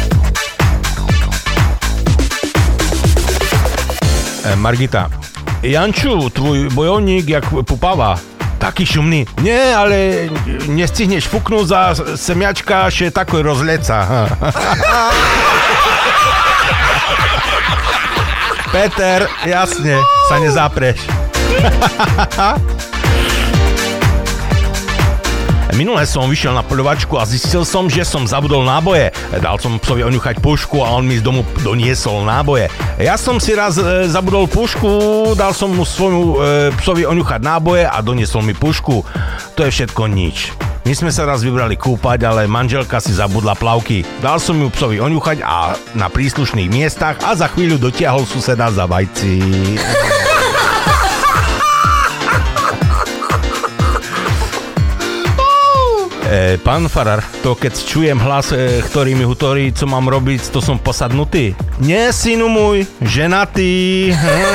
E, Margita, Janču, tvoj bojovník jak pupava. Taký šumný. Nie, ale nestihneš fuknúť za semiačka, že takoj rozleca. Peter, jasne, sa nezapreš. Minule som vyšiel na poľovačku a zistil som, že som zabudol náboje. Dal som psovi oňuchať pušku a on mi z domu doniesol náboje. Ja som si raz e, zabudol pušku, dal som mu svojmu e, psovi oňuchať náboje a doniesol mi pušku. To je všetko nič. My sme sa raz vybrali kúpať, ale manželka si zabudla plavky. Dal som ju psovi oňuchať a na príslušných miestach a za chvíľu dotiahol suseda za vajci. E, pán farár, to keď čujem hlas, e, ktorý mi hutorí, co mám robiť, to som posadnutý. Nie, synu môj, ženatý.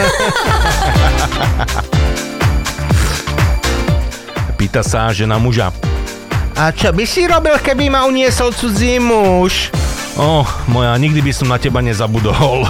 Pýta sa žena muža. A čo by si robil, keby ma uniesol cudzí muž? Oh, moja, nikdy by som na teba nezabudol.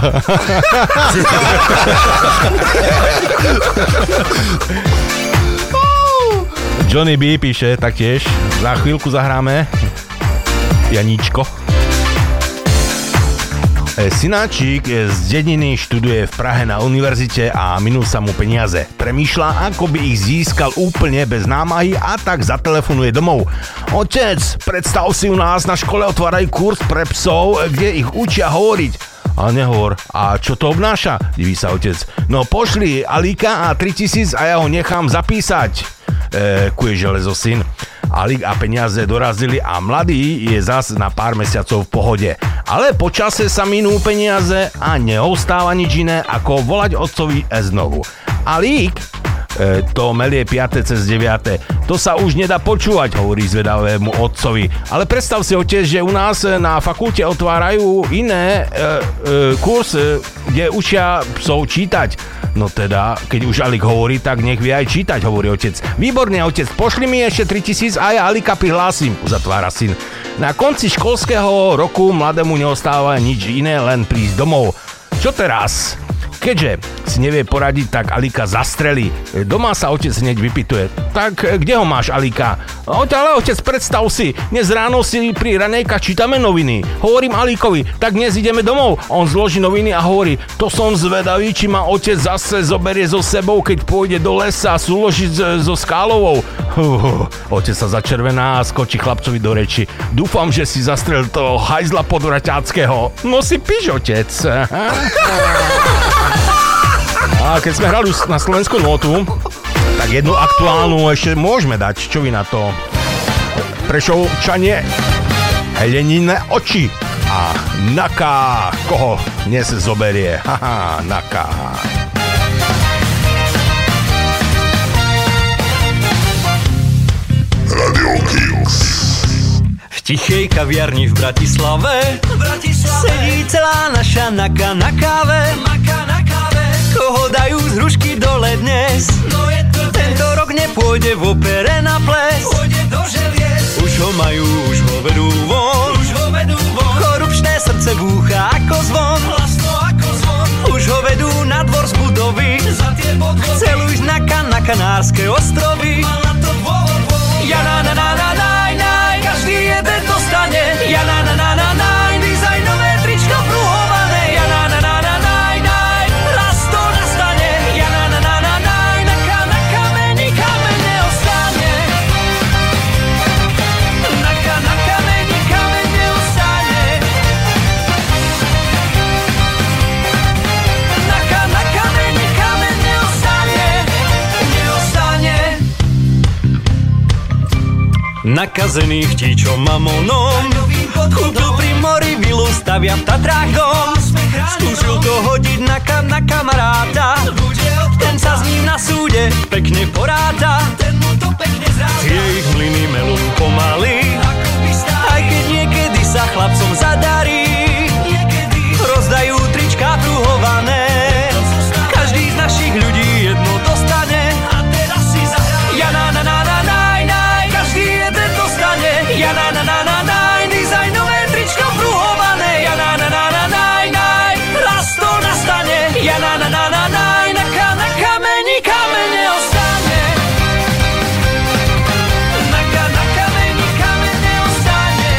Johnny B píše taktiež, za chvíľku zahráme Janíčko. Synáčik z dediny študuje v Prahe na univerzite a minul sa mu peniaze. Premýšľa, ako by ich získal úplne bez námahy a tak zatelefonuje domov. Otec, predstav si, u nás na škole otvárajú kurz pre psov, kde ich učia hovoriť. A nehovor, a čo to obnáša? Diví sa otec. No pošli Alíka a tritisíc a ja ho nechám zapísať. E, kuje železo syn. Alík a peniaze dorazili a mladý je zas na pár mesiacov v pohode. Ale po čase sa minú peniaze a neostáva nič iné, ako volať otcovi znovu. Alík, e, to melie piate cez deviate, to sa už nedá počúvať, hovorí zvedavému otcovi. Ale predstav si, otec, že u nás na fakulte otvárajú iné e, e, kursy, kde učia psov čítať. No teda, keď už Alík hovorí, tak nech vie aj čítať, hovorí otec. Výborne, otec, pošli mi ešte tritisíc a ja Alíka prihlásim, uzatvára syn. Na konci školského roku mladému neostáva nič iné, len prísť domov. Čo teraz? Keďže si nevie poradiť, tak Alíka zastrelí. Doma sa otec hneď vypytuje. Tak kde ho máš, Alíka? Ale otec, predstav si, dnes ráno si pri ranejkách čítame noviny. Hovorím Alíkovi, tak dnes ideme domov. On zloží noviny a hovorí, to som zvedavý, či ma otec zase zoberie so sebou, keď pôjde do lesa súložiť so Skálovou. Uh, otec sa začervená a skočí chlapcovi do reči. Dúfam, že si zastrel toho hajzla podvraťáckého. No si píš, otec. A keď sme hrali na slovenskú notu, tak jednu aktuálnu ešte môžeme dať. Čo vy na to? Prešovčanie, Helenine oči a Naká, koho dnes zoberie? Haha, Naká. Radio Kings. V tichej kaviarni v Bratislave, v Bratislave sedí celá naša Naka na káve. Naka na káve. Koho dajú z hrušky dole dnes? No je to tento rok nepôjde v opere na ples. Pôjde do želiez. Už ho majú, už ho vedú von. Už ho vedú von. Korupčné srdce búcha ako zvon. Hlasno ako zvon. Už ho vedú na dvor z budovy. Za tie podvody. Chcel už Naka na Kanárske ostrovy. Mal na to dôvod. Ja na na na na naj naj. Každý jeden dostane. Ja na na na na naj. Dizajnové tričko pruhované. Ja na na na na naj naj. Raz to nastane. Ja na na na na naj. Naka na kameni kameň neostane. Naka na kameni kameň neostane. Naka na kameni kameň neostane. Neostane. Nakazených tíčom mamonom kúpil pri mori vilu, stavia v Tatrách dom. Skúsil to hodiť na, kam, na kamaráta. Ten sa s ním na súde pekne poráta. Tie ich mlyny melú pomaly, aj keď niekedy sa chlapcom zadarí. Rozdajú trička pruhované, každý z našich ľudí jedno dostane. Ja na na na na naj naj. Každý jeden dostane. Ja na na na na naj. Dizajnové tričko pruhované. Ja na na na na naj naj. Raz to nastane. Ja na na na na naj. Naka na kameni kameň neostane. Naka na kameni kameň neostane.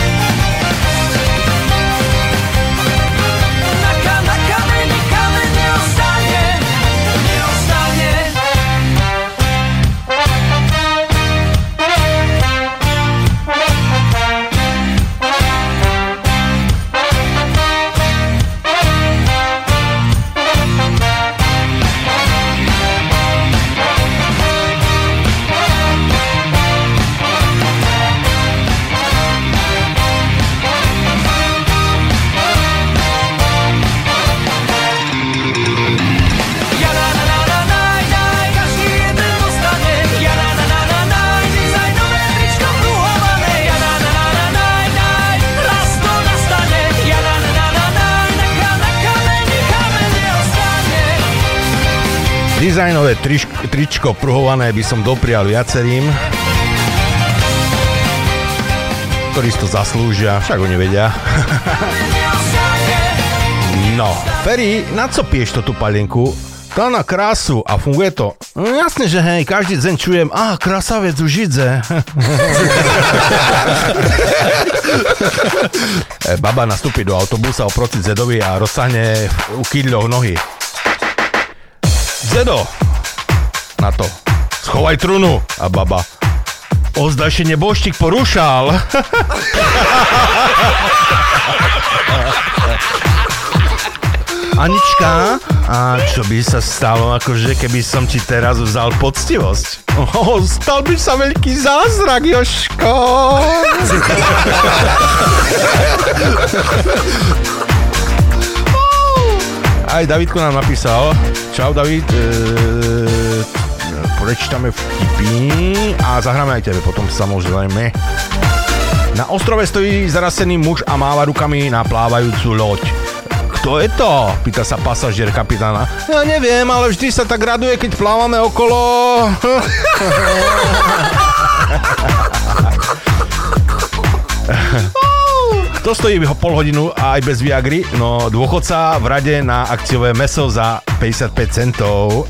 Naka na kameni kameň neostane. Neostane. Dizajnové tričko, tričko pruhované by som doprial viacerým, ktorí si to zaslúžia, však oni vedia. No, Ferry, na co piješ to tú palienku? Tá na krásu a funguje to. No jasne, že hej, každý deň čujem, á, krasavec už idze. Baba nastúpi do autobusa oproti Zedovi a rozsahne u kýdľov nohy. Zedo, na to, schovaj trunu. A baba, ozdajšenie boštík porúšal. Anička, a čo by sa stalo, akože keby som ti teraz vzal poctivosť? Oh, stal by sa veľký zázrak, Jožko. Aj Davidko nám napísal. Čau, David. E, prečítame vtipy a zahráme aj tebe potom samozrejme. Na ostrove stojí zarasený muž a máva rukami na plávajúcu loď. Kto je to? Pýta sa pasažier kapitána. Ja neviem, ale vždy sa tak raduje, keď plávame okolo. Kto stojí pol hodinu a aj bez Viagry? No, dôchodca v rade na akciové mäso za päťdesiatpäť centov.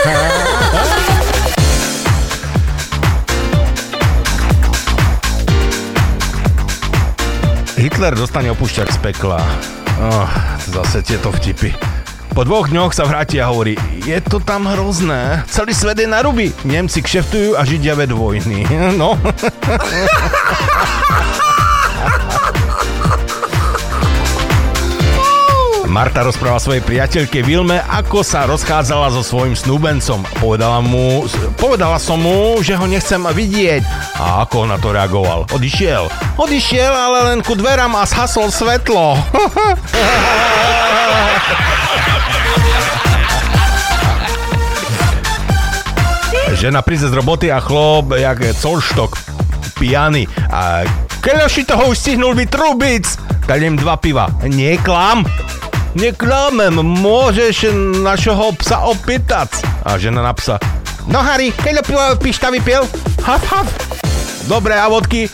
Hitler dostane opúšťak z pekla. Oh, zase tieto vtipy. Po dvoch dňoch sa vráti a hovorí, je to tam hrozné, celý svet je na ruby. Nemci kšeftujú a Židia vedú vojny. No. Marta rozpráva svojej priateľke Vilme, ako sa rozchádzala so svojím snúbencom. Povedala mu, povedala som mu, že ho nechcem vidieť. A ako na to reagoval? Odišiel. Odišiel, ale len ku dverám a zhasol svetlo. Žena príde z roboty a chlop, jak colštok, pijany. A keľoši toho už stihnul vytrúbiť. Daj im dva piva. Neklam. Neklamem, môžeš našeho psa opýtať. A žena na psa. No Harry, keľo piva pišta vypil? Haf, haf. Dobre, a vodky?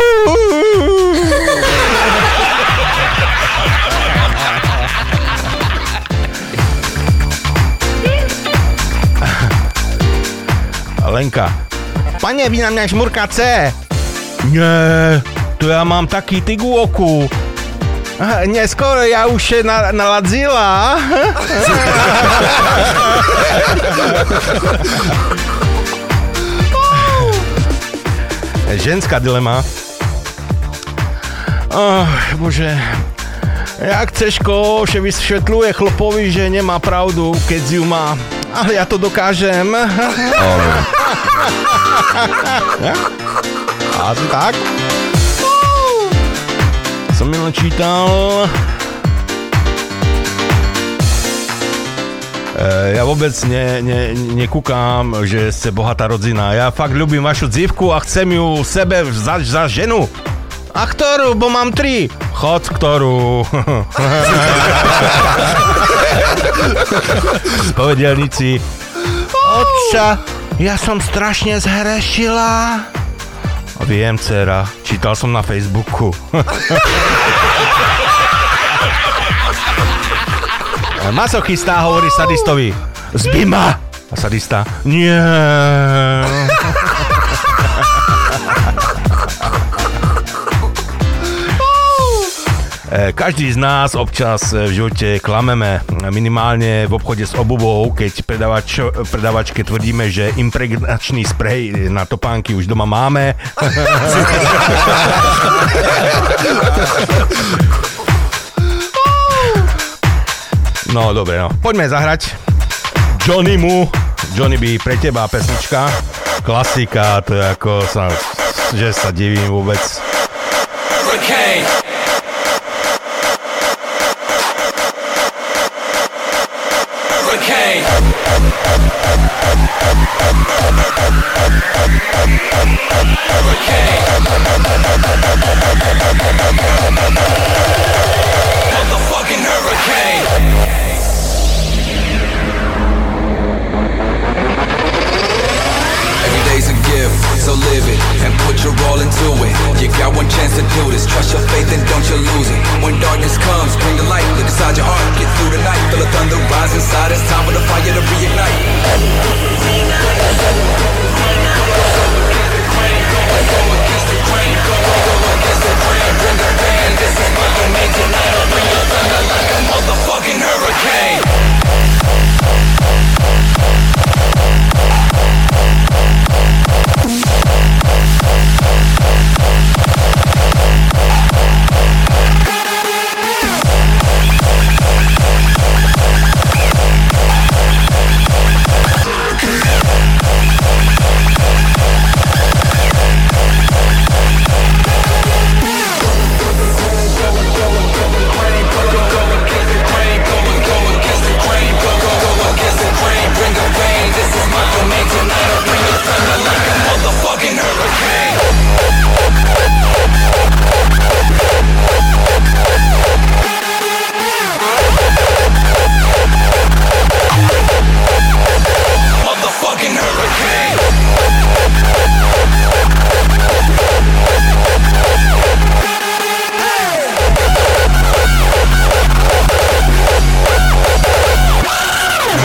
Lenka. Pane, vy na mňa šmurkáce? Nie, to ja mám taký tyk u oku. Neskoro ja už na, naladzila. Ženská dilema. Oh, bože. Jak Ceško, že vysvetľuje chlopovi, že nemá pravdu, keď ju má. Ale ja to dokážem. A tak? Som mi len čítal. E, ja vôbec ne, ne, nekúkam, že ste bohatá rodzina. Ja fakt ľúbim vašu dzivku a chcem ju sebe vzať za ženu. A ktorú? Bo mám tri. Chod, ktorú. Spovedelníci. Otča, ja som strašne zhrešila. Viem, dcera, čítal som na Facebooku. Masochista hovorí sadistovi, zbi ma! A sadista, nie. Každý z nás občas v živote klameme, minimálne v obchode s obuvou, keď predavač, predavačke tvrdíme, že impregnačný sprej na topánky už doma máme. No dobre, no. Poďme zahrať Johnny mu. Johnny by pre teba pesnička. Klasika, to je ako sa, že sa divím vôbec. Okay. Okay. Okay. Motherfucking hurricane. Every day's a gift, so live it and put your all into it. You got one chance to do this. Trust your faith and don't you lose it. When darkness comes, bring the light. Look inside your heart, get through the night. Feel the thunder rise inside. It's time for the fire to reignite.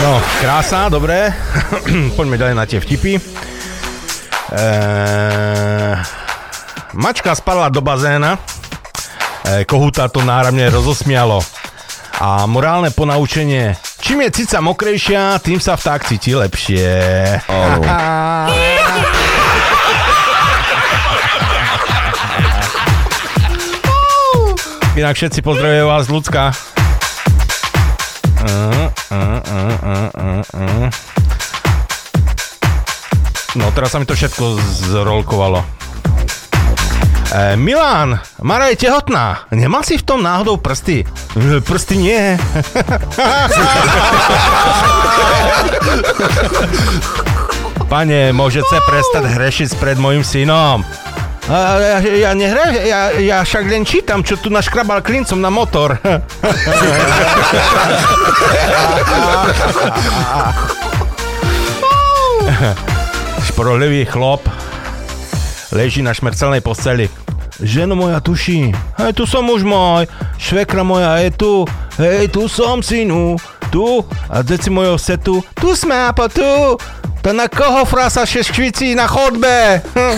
No, krása, dobre. Poďme ďalej na tie vtipy. Eee, mačka spadla do bazéna. Eee, kohúta to náramne rozosmialo. A morálne ponaučenie. Čím je cica mokrejšia, tým sa vták cíti lepšie. Oh. Inak všetci pozdravujú vás, ľudská. Uh, uh, uh, uh, uh, uh. No, teraz sa mi to všetko zrolkovalo. E, Milan, Mara je tehotná. Nemá si v tom náhodou prsty? E, prsty nie. Pane, môžete prestať hrešiť pred mojim synom? A, ja, ja nehre, ja, ja však len čítam, čo tu naškrabal klincom na motor. Šporolivý chlop leží na šmercelnej posteli. Ženo moja tuší, hej, tu som muž môj, švekra moja je tu, hej, tu som synu, tu, a deci mojho setu, tu sme a po tu. To na koho frasa šeškvicí na chodbe?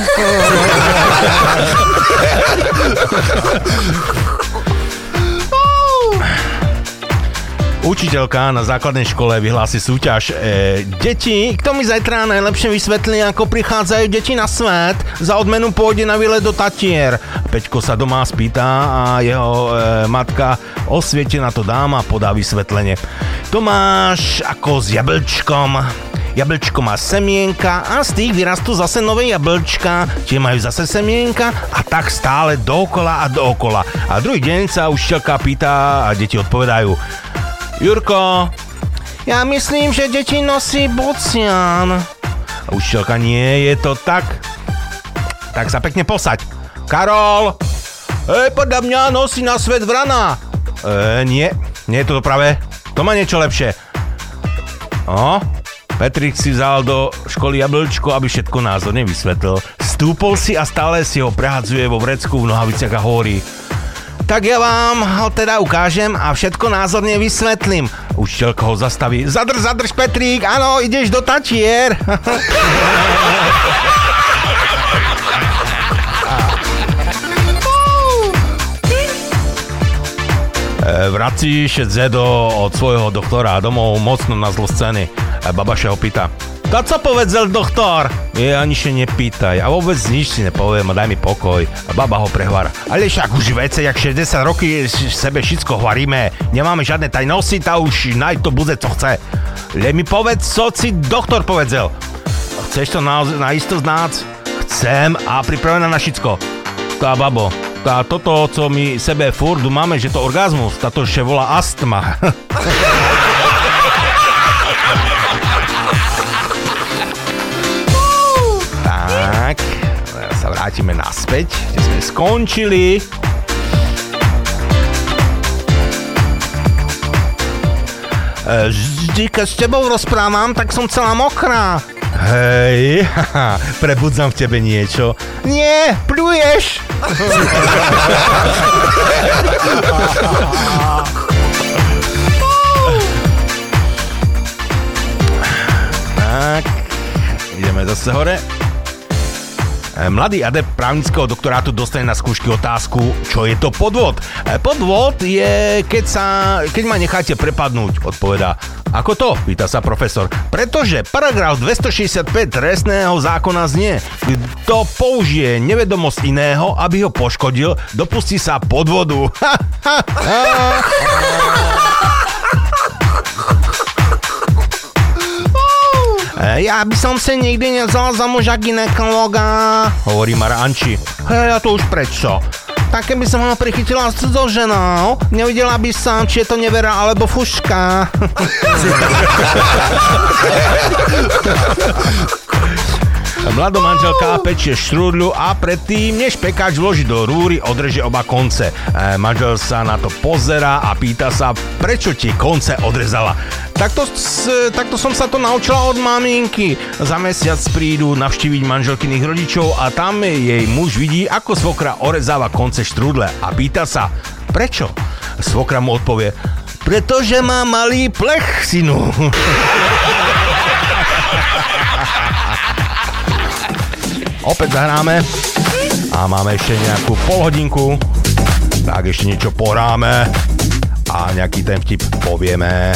Učiteľka na základnej škole vyhlási súťaž. E, deti, kto mi zajtra najlepšie vysvetlí, ako prichádzajú deti na svet? Za odmenu pôjde na výlet do Tatier. Peťko sa doma spýta a jeho e, matka osvietená to dáma podá vysvetlenie. Tomáš ako s jablčkom. Jablčko má semienka a z tých vyrastú zase nové jablčka, tie majú zase semienka a tak stále dookola a dookola. A druhý deň sa učiteľka pýta a deti odpovedajú. Jurko, ja myslím, že deti nosí bocian. A učiteľka, nie je to tak. Tak sa pekne posaď. Karol, hej, podľa mňa nosí na svet vrana. E, nie, nie je to práve. To má niečo lepšie. O, Petrik si vzal do školy jablčko, aby všetko názorne vysvetlil. Stúpol si a stále si ho prehadzuje vo vrecku v nohaviciach a hovorí. Tak ja vám ho teda ukážem a všetko názorne vysvetlím. Učiteľka ho zastaví. Zadrž, zadrž, Petrík, áno, ideš do Tatier. Vrací še Zedo od svojho doktora domov mocno na zlo scény. Babaša ho pýta. To co povedzel doktor? Je, ani še nepýtaj. A vôbec nič si nepoviem, daj mi pokoj. A baba ho prehvára. Ale však už vece, jak šesťdesiat roky sebe všetko hovoríme. Nemáme žiadne tajnosti, tá už naj to bude, co chce. Le mi povedz, co si doktor povedzel. Chceš to na, na isto znáť? Chcem a pripravená na všetko. Tá babo, tá toto, co my sebe furt máme, že to orgazmus, táto še volá astma. Tak, sa vrátime naspäť, kde sme skončili. Vždy, keď s tebou rozprávam, tak som celá mokrá. Hej, haha, prebudzam v tebe niečo. Nie, pluješ. Tak, ideme zase hore. Mladý adept právnického doktorátu dostane na skúšky otázku, čo je to podvod. Podvod je, keď, sa, keď ma necháte prepadnúť, odpovedá. Ako to? Pýta sa profesor. Pretože paragraf dvestošesťdesiatpäť trestného zákona znie, kto použije nevedomosť iného, aby ho poškodil, dopustí sa podvodu. Ja by som sa nikdy nevzal za muža gynekologa, hovorí Maranči. Hej, a to už prečo? Tak keby som ho prichytila s cudzou ženou, nevidela by som, či je to nevera alebo fuška. Mladá manželka pečie štrúdľu a predtým, než pekáč vloží do rúry, odreže oba konce. E, manžel sa na to pozerá a pýta sa, prečo tie konce odrezala. Takto, takto som sa to naučila od maminky. Za mesiac prídu navštíviť manželkyných rodičov a tam jej muž vidí, ako svokra orezáva konce štrúdle a pýta sa, prečo? svokra mu odpovie, pretože má malý plech, synu. Opäť zahráme a máme ešte nejakú polhodinku, tak ešte niečo pohráme a nejaký ten vtip povieme.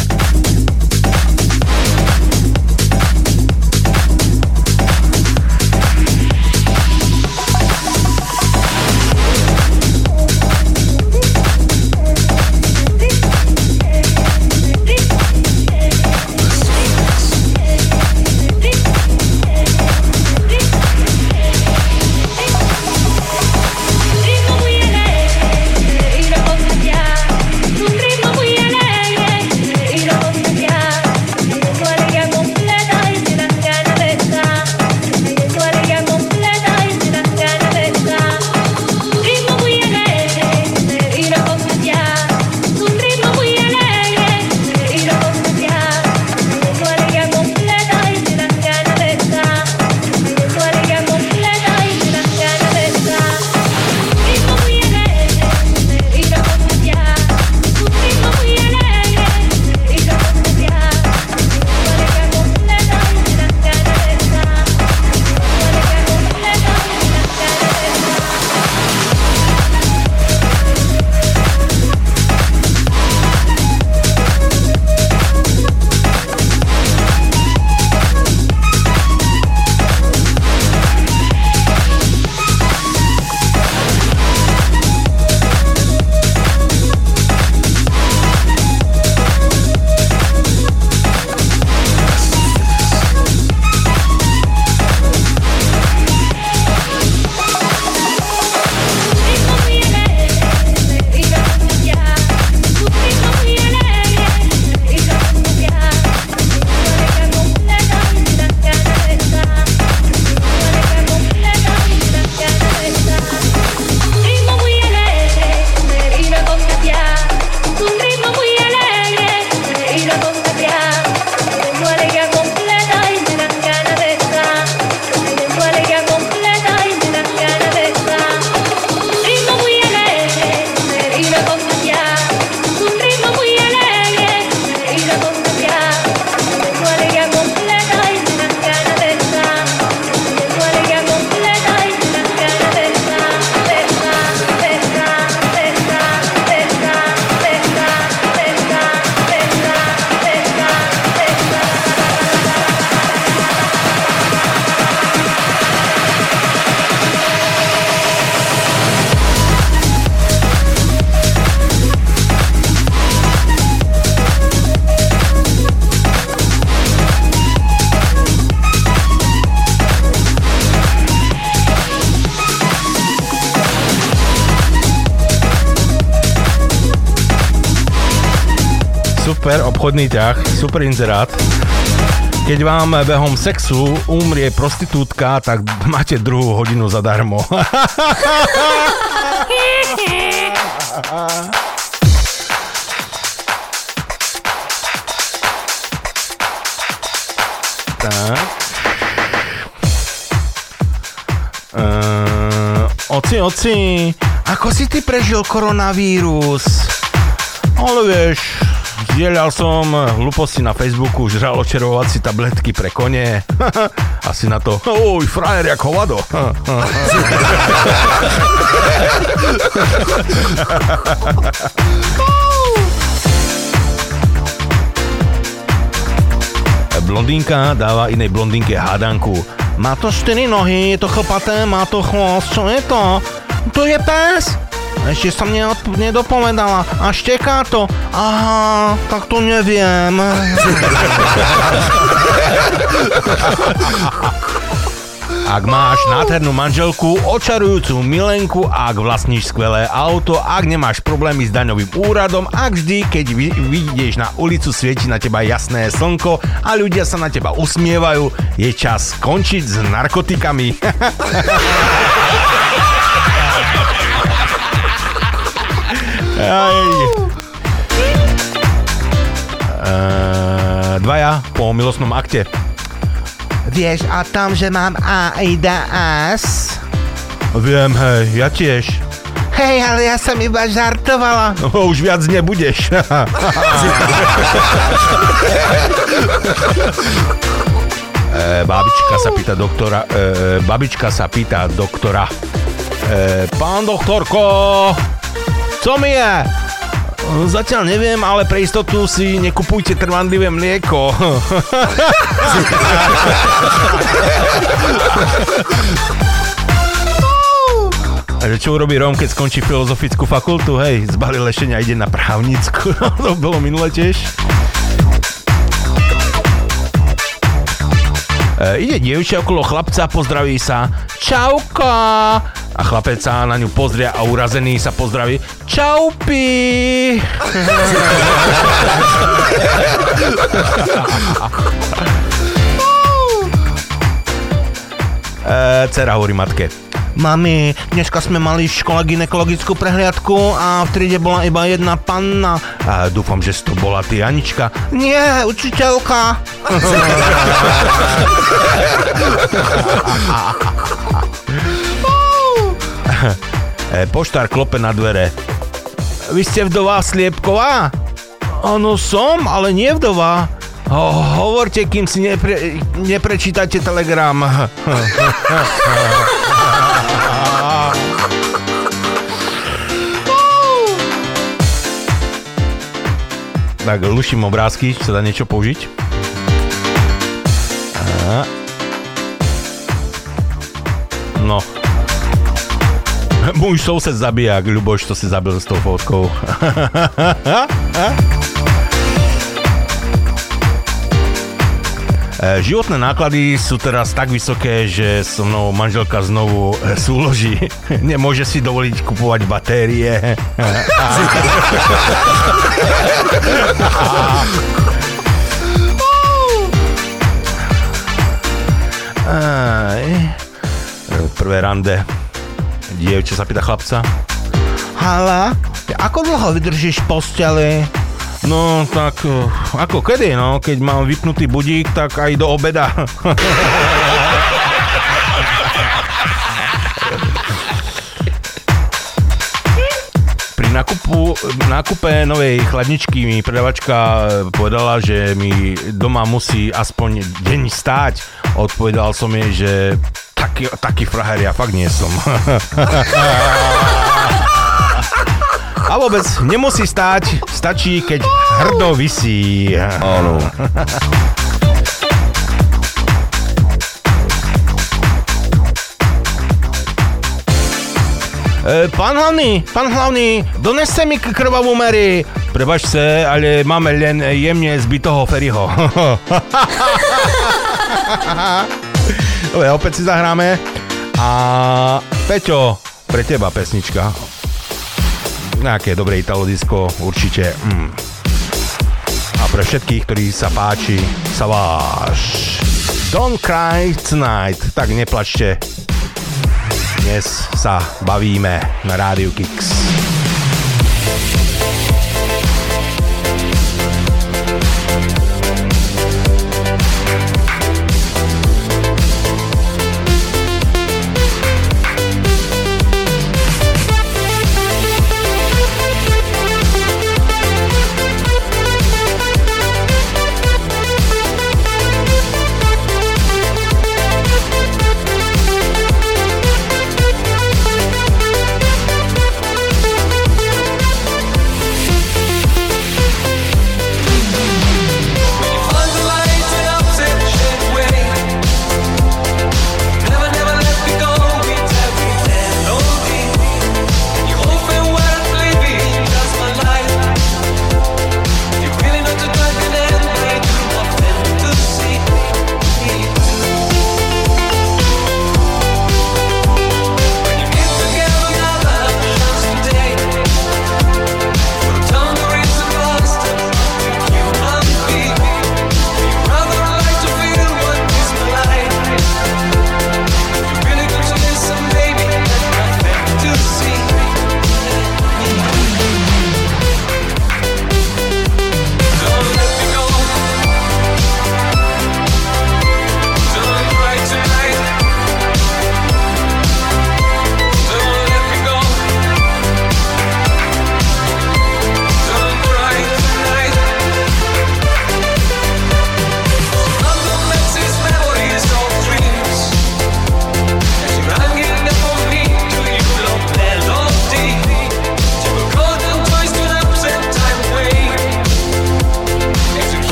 Super obchodný ťah, super inzerát. Keď vám behom sexu umrie prostitútka, tak máte druhú hodinu zadarmo. Tak. Uh, oci, oci, ako si ty prežil koronavírus? Ale vieš, zdieľal som hlúposti na Facebooku, žral očerovací tabletky pre kone. Asi na to, oj, frajer, jak hovado. Blondínka dáva inej blondínke hádanku. Má to štyri nohy, je to chlpaté, má to chvost, čo je to? To je pes? Ešte som neodp- nedopovedala. A šteká to. Aha, tak to neviem. Ak máš nádhernú manželku, očarujúcu milenku, ak vlastníš skvelé auto, ak nemáš problémy s daňovým úradom, ak vždy, keď vidíš na ulicu, svieti na teba jasné slnko a ľudia sa na teba usmievajú, je čas skončiť s narkotikami. Aj. Uh, dvaja po milostnom akte. Vieš o tom, že mám AIDS? Viem, hej, ja tiež. Hej, ale ja som iba žartovala. No, už viac nebudeš. E, babička sa pýta doktora, e, babička sa pýta doktora, e, pán doktorko, co mi je? Zatiaľ neviem, ale pre istotu si nekupujte trvanlivé mlieko. A čo urobí Róm, keď skončí filozofickú fakultu? Hej, zbalí lešenia a ide na právnickú. To bolo minule tiež. E, ide dievča okolo chlapca, pozdraví sa. Čauko! A chlapec sa na ňu pozrie a urazený sa pozdraví. Čaupi! e, Dcera hovorí matke. Mami, dneska sme mali v škole gynekologickú prehliadku a v triede bola iba jedna panna. A dúfam, že si to bola ty, Anička. Nie, učiteľka. Poštár klope na dvere. Vy ste vdová Sliepková? Áno, som, ale nie vdová. Ho, hovorte, kým si nepre, neprečítate telegram. Tak luším obrázky, či sa dá niečo použiť. Aha. No. Môj soused zabijak, Ľuboš to si zabil s tou fotkou. Životné náklady sú teraz tak vysoké, že so mnou manželka znovu súloží. Nemôže si dovoliť kupovať batérie. Prvé rande. Dievča sa pýta chlapca. Hala, ako dlho vydržíš v posteli? No, tak, ako kedy, no? Keď mám vypnutý budík, tak aj do obeda. Pri nákupu, nákupe novej chladničky mi predavačka povedala, že mi doma musí aspoň deň stáť. Odpovedal som jej, že taký, taký frajer ja fakt nie som. A vôbec nemusí stáť, stačí, keď hrdo visí. Áno. E, pán hlavný, pán hlavný, doneste mi krvavú Mary. Prebačte, ale máme len jemne zbytého Ferryho. Dobre, opäť si zahráme. A Peťo, pre teba pesnička. Nejaké dobré italodisko, určite. Mm. A pre všetkých, ktorí sa páči, sa váš. Don't cry tonight. Tak neplačte. Dnes sa bavíme na Rádiu Kix. We'll be right back.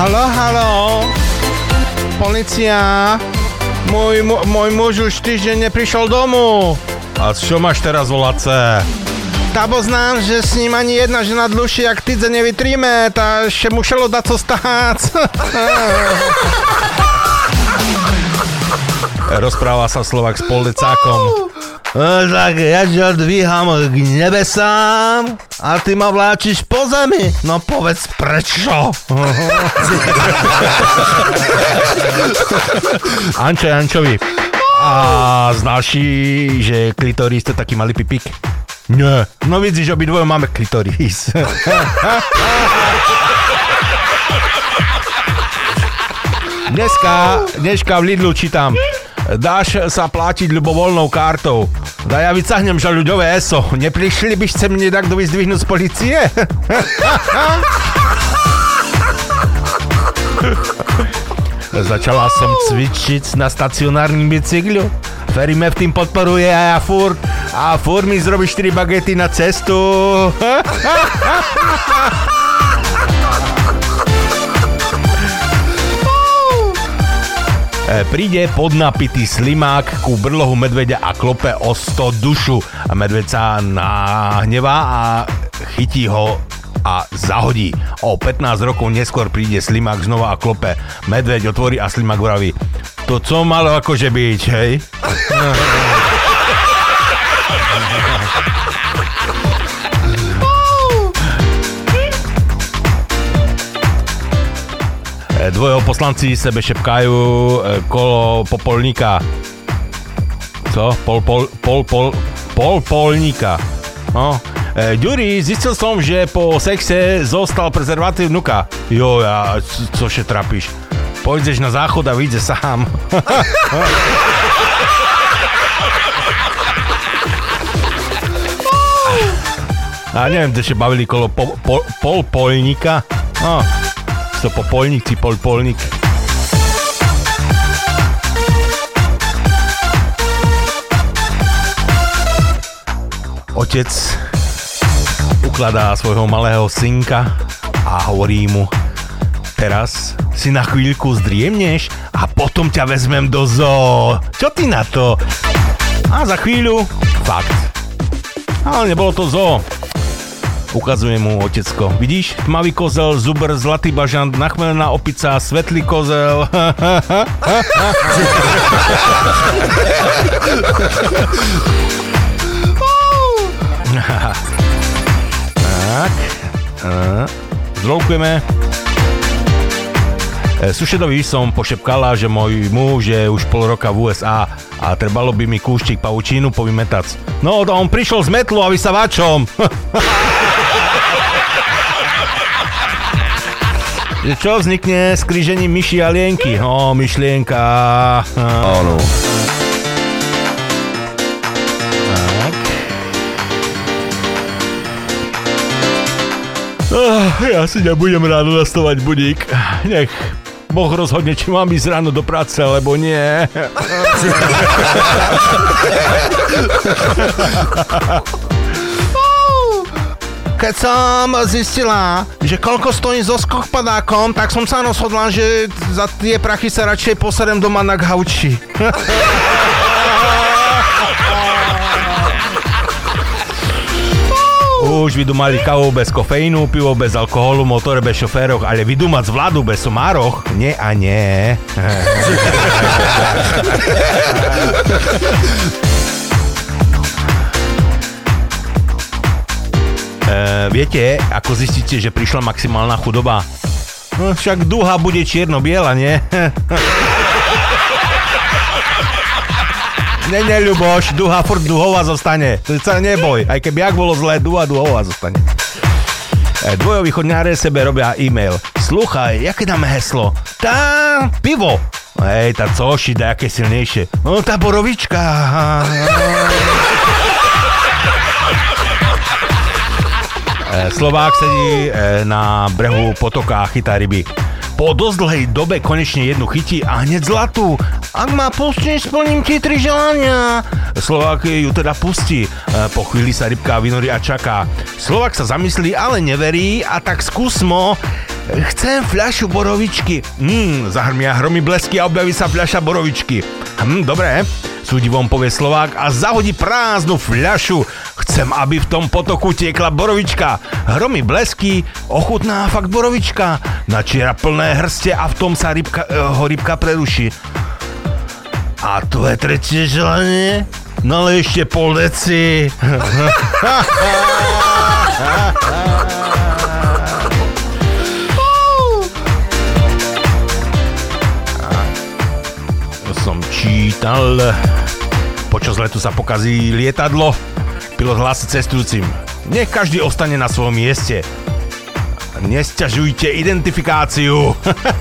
Haló, haló. Polícia. Môj, môj muž už týždeň neprišiel domu. A čo máš teraz, volace? Tá poznám, že s ním ani jedna žena dlhšie jak tydze nevytríme, tá še muselo dať co stác. Rozpráva sa Slovák s policákom. No, tak ja ťa dvíham k nebesám a ty ma vláčiš po zemi. No povedz prečo. Ančo Jančovi. A znáši, že klitoris to taký malý pipík? Nie. No vidíš, obidvoje máme klitoris. Dneska, dneska v Lidlu čítam. Dáš sa platiť ľubovoľnou kartou. Da ja vycahnem žaľuďové eso. Neprišli by ste mne takto vyzdvihnúť z policie? Začala som cvičiť na stacionárnym bicyklu. Ferry me v tým podporuje a ja furt. A furt mi zrobí štyri bagety na cestu. Príde podnapitý slimák ku brlohu medveďa a klope o sto dušu. A medveď sa nahnevá a chytí ho a zahodí. O pätnásť rokov neskôr príde slimák znova a klope. Medveď otvorí a slimák vraví: to co malo akože byť, hej? Dvojo poslanci sebe šepkajú kolo popolníka. Co? Pol, pol, pol, pol, pol, polníka. No. E, Ďuri, zistil som, že po sexe zostal prezervatív vnuka. Jo, ja, cože trapíš? Pôjdeš na záchod a vyjde sám. A neviem, kde sa bavili kolo po, po, pol, polníka. No. To popolník, ty polpolník. Otec ukladá svojho malého synka a hovorí mu: teraz si na chvíľku zdriemneš a potom ťa vezmem do zoo. Čo ty na to? A za chvíľu fakt. Ale nebolo to zoo. Ukazuje mu otecko. Vidíš? Tmavý kozel, zuber, zlatý bažant, nachmelená opica, svetlý kozel. Tak. Zrovkujeme. Sušedovi som pošepkala, že môj muž je už pol roka v ú es á a trebalo by mi kúštik pavučínu povymetať. No, to on prišiel z metlu a vysavačom. Čo vznikne s krížením myši a lienky? No, myšlienka. Áno. Tak. Oh, ja si nebudem ráno nastavať budík. Nech Boh rozhodne, či mám ísť ráno do práce, alebo nie. Keď som zistila, že koľko stojí so skochpadákom, tak som sa rozhodla, že za tie prachy sa radšej poserem doma na gauči. Už vydumali kávu bez kofeínu, pivo bez alkoholu, motore bez šoféroch, ale vydumať z vládu bez somároch? Nie a nie. E, viete, ako zistíte, že prišla maximálna chudoba? No, však duha bude čierno-biela, nie? Ne, ne, Ľuboš, duha furt duhová zostane. To sa neboj, aj keby ak bolo zlé, duha duhová zostane. E, dvojoví chodňáre sebe robia e-mail. Sluchaj, jaké dáme heslo? Tá, pivo. Hej, tá coši, dajaké silnejšie. No, tá borovička. Slovák sedí na brehu potoka a chytá ryby. Po dosť dlhej dobe konečne jednu chytí a hneď zlatú. Ak ma pustíš, splním ti tri želania. Slovák ju teda pustí. Po chvíli sa rybka vynorí a čaká. Slovák sa zamyslí, ale neverí a tak skúsmo. Chcem fľašu borovičky. Hm, zahrmia hromy blesky a objaví sa fľaša borovičky. Hm, dobré. Súdivom povie Slovák a zahodí prázdnu fľašu. Chcem, aby v tom potoku tiekla borovička. Hromy blesky, ochutná fakt borovička. Načiera plné hrste a v tom sa rybka, ho rybka preruší. A to je tretie želanie? No ale ešte pol deci. Som čítal, počas letu sa pokazí lietadlo, pilot hlási cestujúcim: nech každý ostane na svojom mieste. Nesťažujte identifikáciu.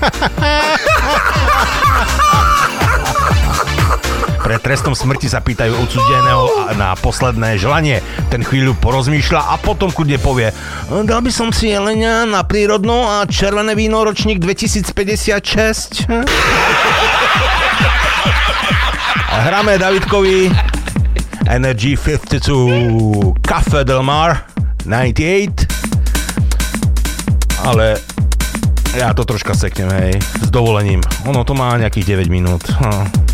Pre trestom smrti sa pýtajú odsúdeného na posledné želanie. Ten chvíľu porozmýšľa a potom kľudne povie: dal by som si jelenia na prírodnú a červené víno ročník dvetisícpäťdesiatšesť. Hráme Davidkovi Energy päťdesiatdva Café Del Mar deväťdesiatosem, ale ja to troška seknem, hej, s dovolením. Ono to má nejakých deväť minút. Hm.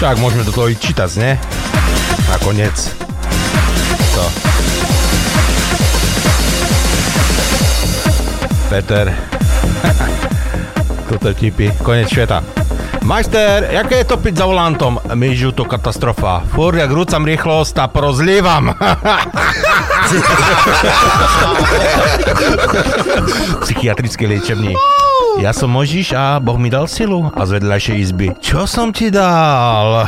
Tak, môžeme do toho ísť čítať, ne? Nakoniec. To. Peter. Toto je tipy. Konec sveta. Majster, jaké je to piť za volantom? Myžu, to katastrofa. Fúr, jak rúcam rýchlosť a porozlievam. Psychiatrické liečební. Ja som Možiš a Boh mi dal silu a z vedľajšej izby. Čo som ti dal?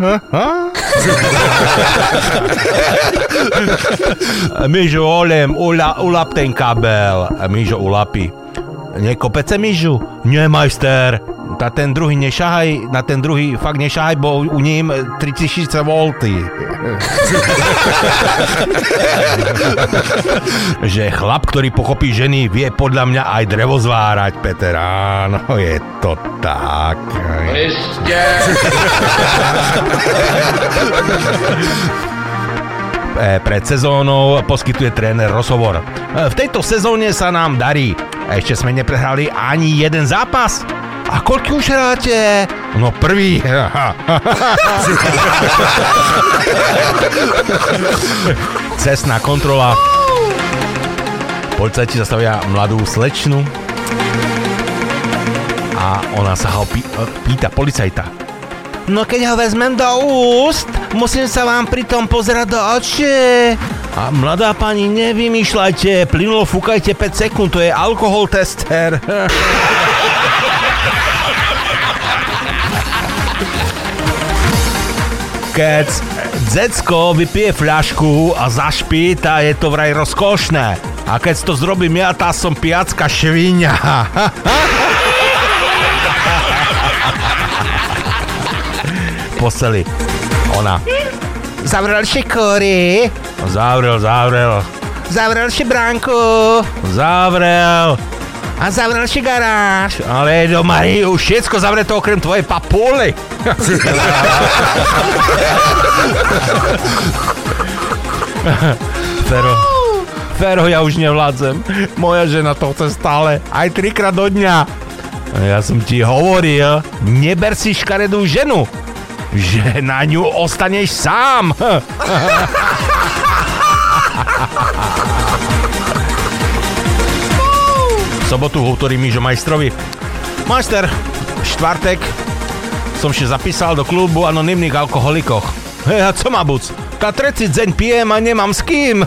Myžu, olem, ula, ulap ten kabel. Myžo, ulapi. Nekopece Myžu? Nie, majster. Na ten druhý nešahaj, na ten druhý fakt nešahaj, bo u ním tritisíc volty. Že chlap, ktorý pochopí ženy, vie podľa mňa aj drevo zvárať, Peter. Áno, je to tak. Ešte. Pred sezónou poskytuje tréner rozhovor. V tejto sezóne sa nám darí. Ešte sme neprehrali ani jeden zápas. A koľko už hráte? No prvý. Cestná kontrola. Policajti zastavia mladú slečnu a ona sa ho pý, pýta policajta. No keď ho vezmem do úst, musím sa vám pritom pozerať do očí. A mladá pani, nevymýšľajte, plynulo fúkajte päť sekúnd, to je alkohol tester. Keď dzecko vypije fľašku a zašpí, tá je to vraj rozkošné. A keď to zrobím ja, tá som piacka šviňa. Poseli. Ona. Zavrel si kúry? Zavrel, zavrel. Zavrel si bránku? Zavrel. A zavrel si garáž? Ale do Marii už všetko zavreto okrem tvojej papuly. Fero, Fero, ja už nevládzem. Moja žena to chce stále, aj trikrát do dňa. Ja som ti hovoril, neber si škaredú ženu, že na ňu ostaneš sám. Sobotu hovorí Mižo majstrovi. Majster, štvrtek som si zapísal do klubu anonymných alkoholikoch. Hej, a co má buc? Tá treci deň pijem a nemám s kým.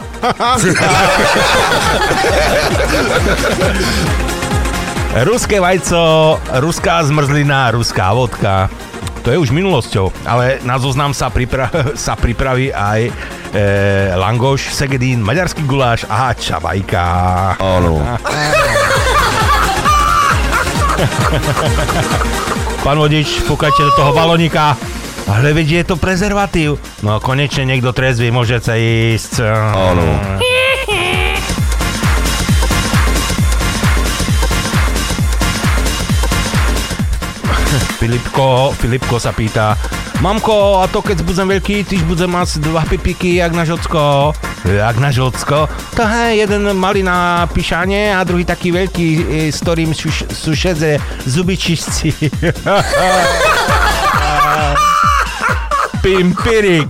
Ruské vajco, ruská zmrzlina, ruská vodka. To je už minulosťou, ale na zoznam sa, pripra- sa pripraví aj e, langoš, segedín, maďarský guláš a čavajka. Áno. Pán vodič, fúkajte do toho balónika. Ale veď je to prezervatív. No konečne niekto trezvý môže sa ísť. Áno. Filipko, Filipko sa pýta, mamko, a to keď budem veľký, tyž budem mať dva pipiky, jak na žocko. Jak na žocko? To hej, jeden malý na pišanie a druhý taký veľký, s ktorým sú, sú šedze zubičistí. Pimpirik.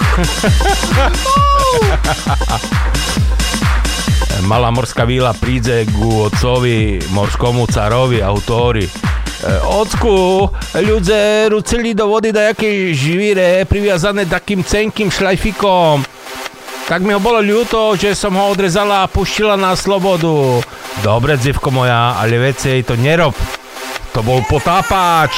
Malá morská víla príde ku otcovi, morskomu carovi, autori. Ocku, ľudia rucili do vody dajaké žvíre priviazané takým cenkým šlajfikom. Tak mi ho bolo ľúto, že som ho odrezala a puštila na slobodu. Dobre, dzivko moja, ale veci to nerob. To bol potápač.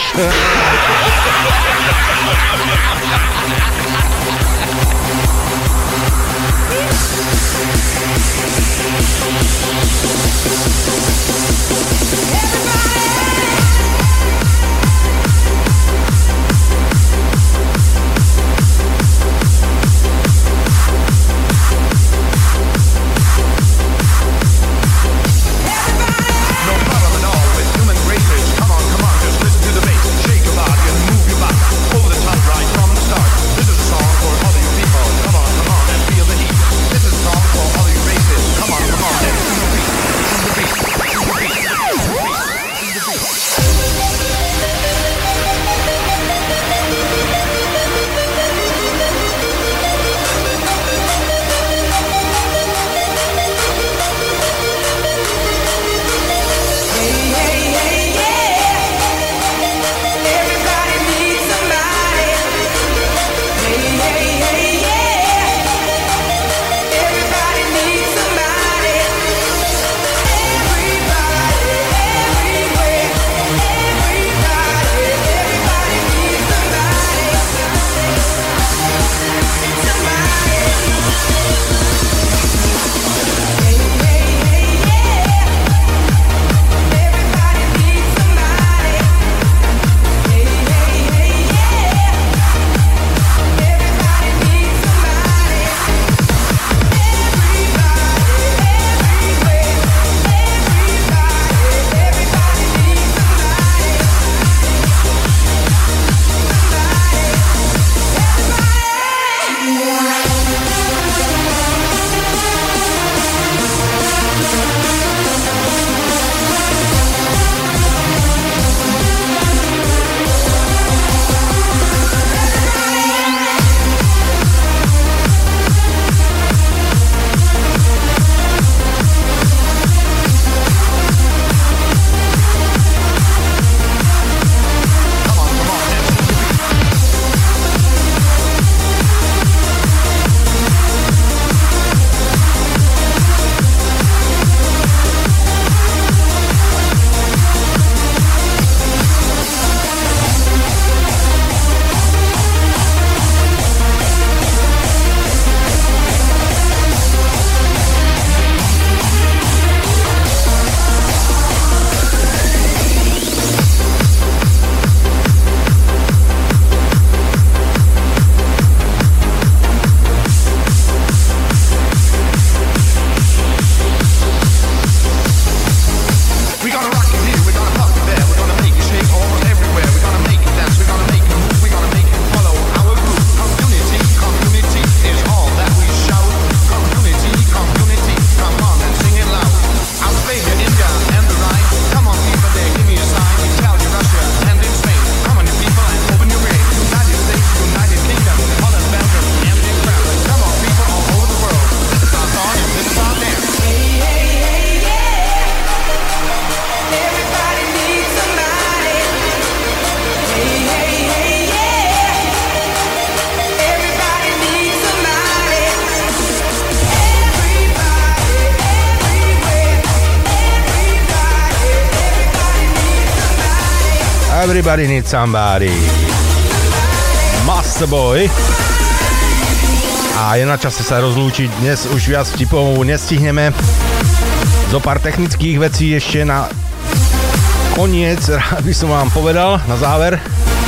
Everybody Needs Somebody. Master Boy. A je na čase sa rozlúčiť. Dnes už viac vtipov nestihneme. Zo pár technických vecí ešte na koniec, rád by som vám povedal, na záver.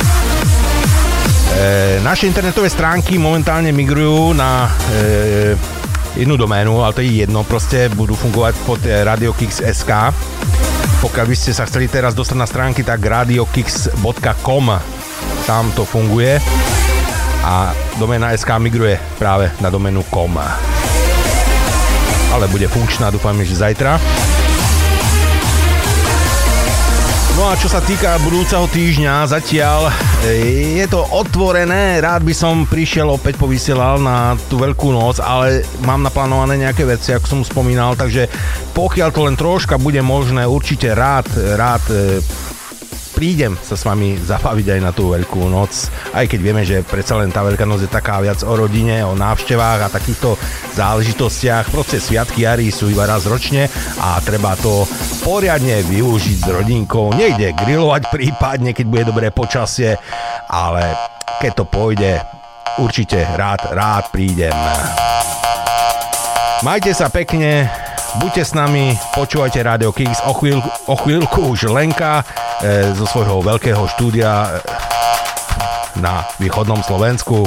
E, naše internetové stránky momentálne migrujú na e, jednu doménu, ale to je jedno, proste budú fungovať pod radiokix bodka es ká. Pokiaľ by ste sa chceli teraz dostať na stránky, tak radiokix bodka com, tam to funguje a doména es ká migruje práve na doménu com. Ale bude funkčná, dúfam, že zajtra. No a čo sa týka budúceho týždňa, zatiaľ je to otvorené, rád by som prišiel opäť povysielal na tú veľkú noc, ale mám naplánované nejaké veci, ako som spomínal, takže pokiaľ to len troška bude možné, určite rád, rád prídem sa s vami zabaviť aj na tú veľkú noc, aj keď vieme, že predsa len tá veľká noc je taká viac o rodine, o návštevách a takýchto záležitostiach. Proste sviatky jary sú iba raz ročne a treba to poriadne využiť s rodinkou. Nejde grilovať prípadne, keď bude dobré počasie, ale keď to pôjde, určite rád, rád prídem. Majte sa pekne, buďte s nami, počúvajte Radio Kix, o chvíľku, o chvíľku už Lenka e, zo svojho veľkého štúdia e, na východnom Slovensku.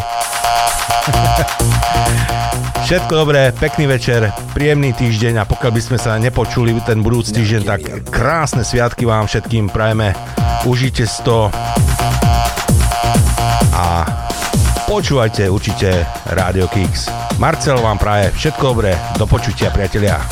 Všetko dobré, pekný večer, príjemný týždeň a pokiaľ by sme sa nepočuli ten budúci týždeň, tak krásne sviatky vám všetkým prajeme, užite si to a počúvajte určite Radio Kix. Marcel vám praje všetko dobré, do počutia, priatelia.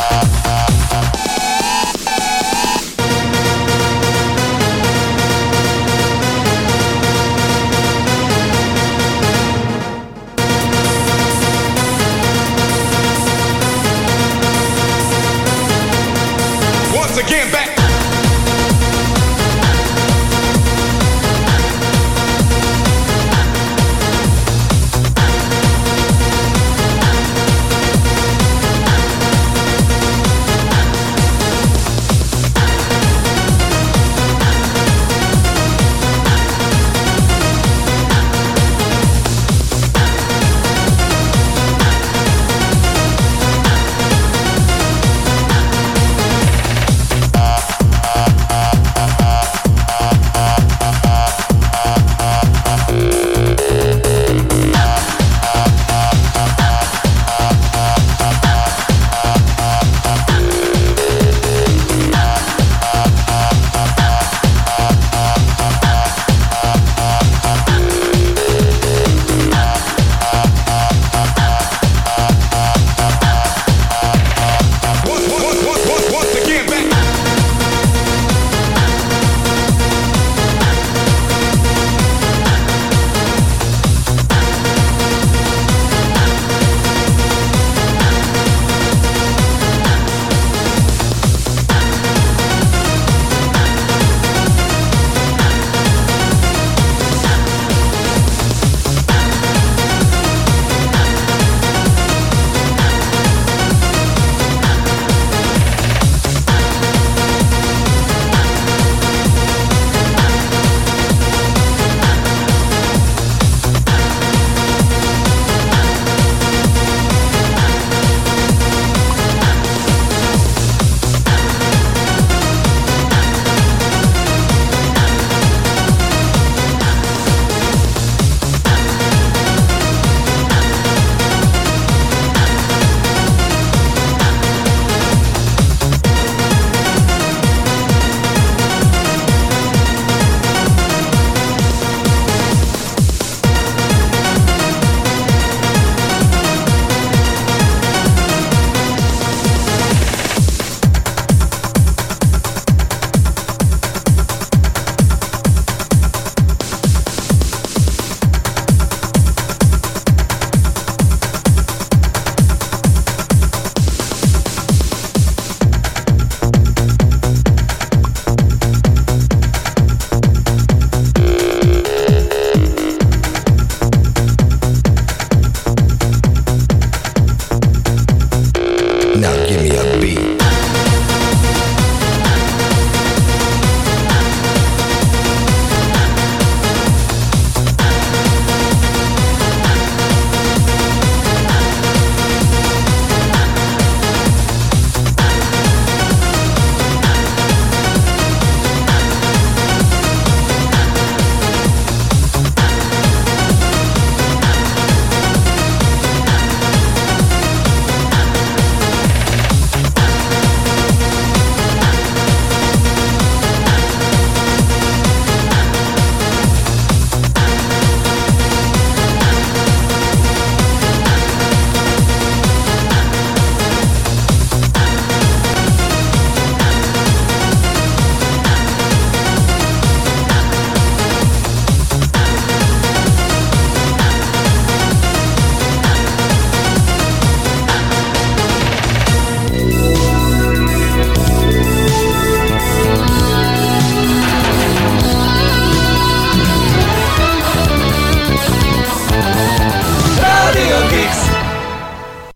Once again, back. Now give me a beat.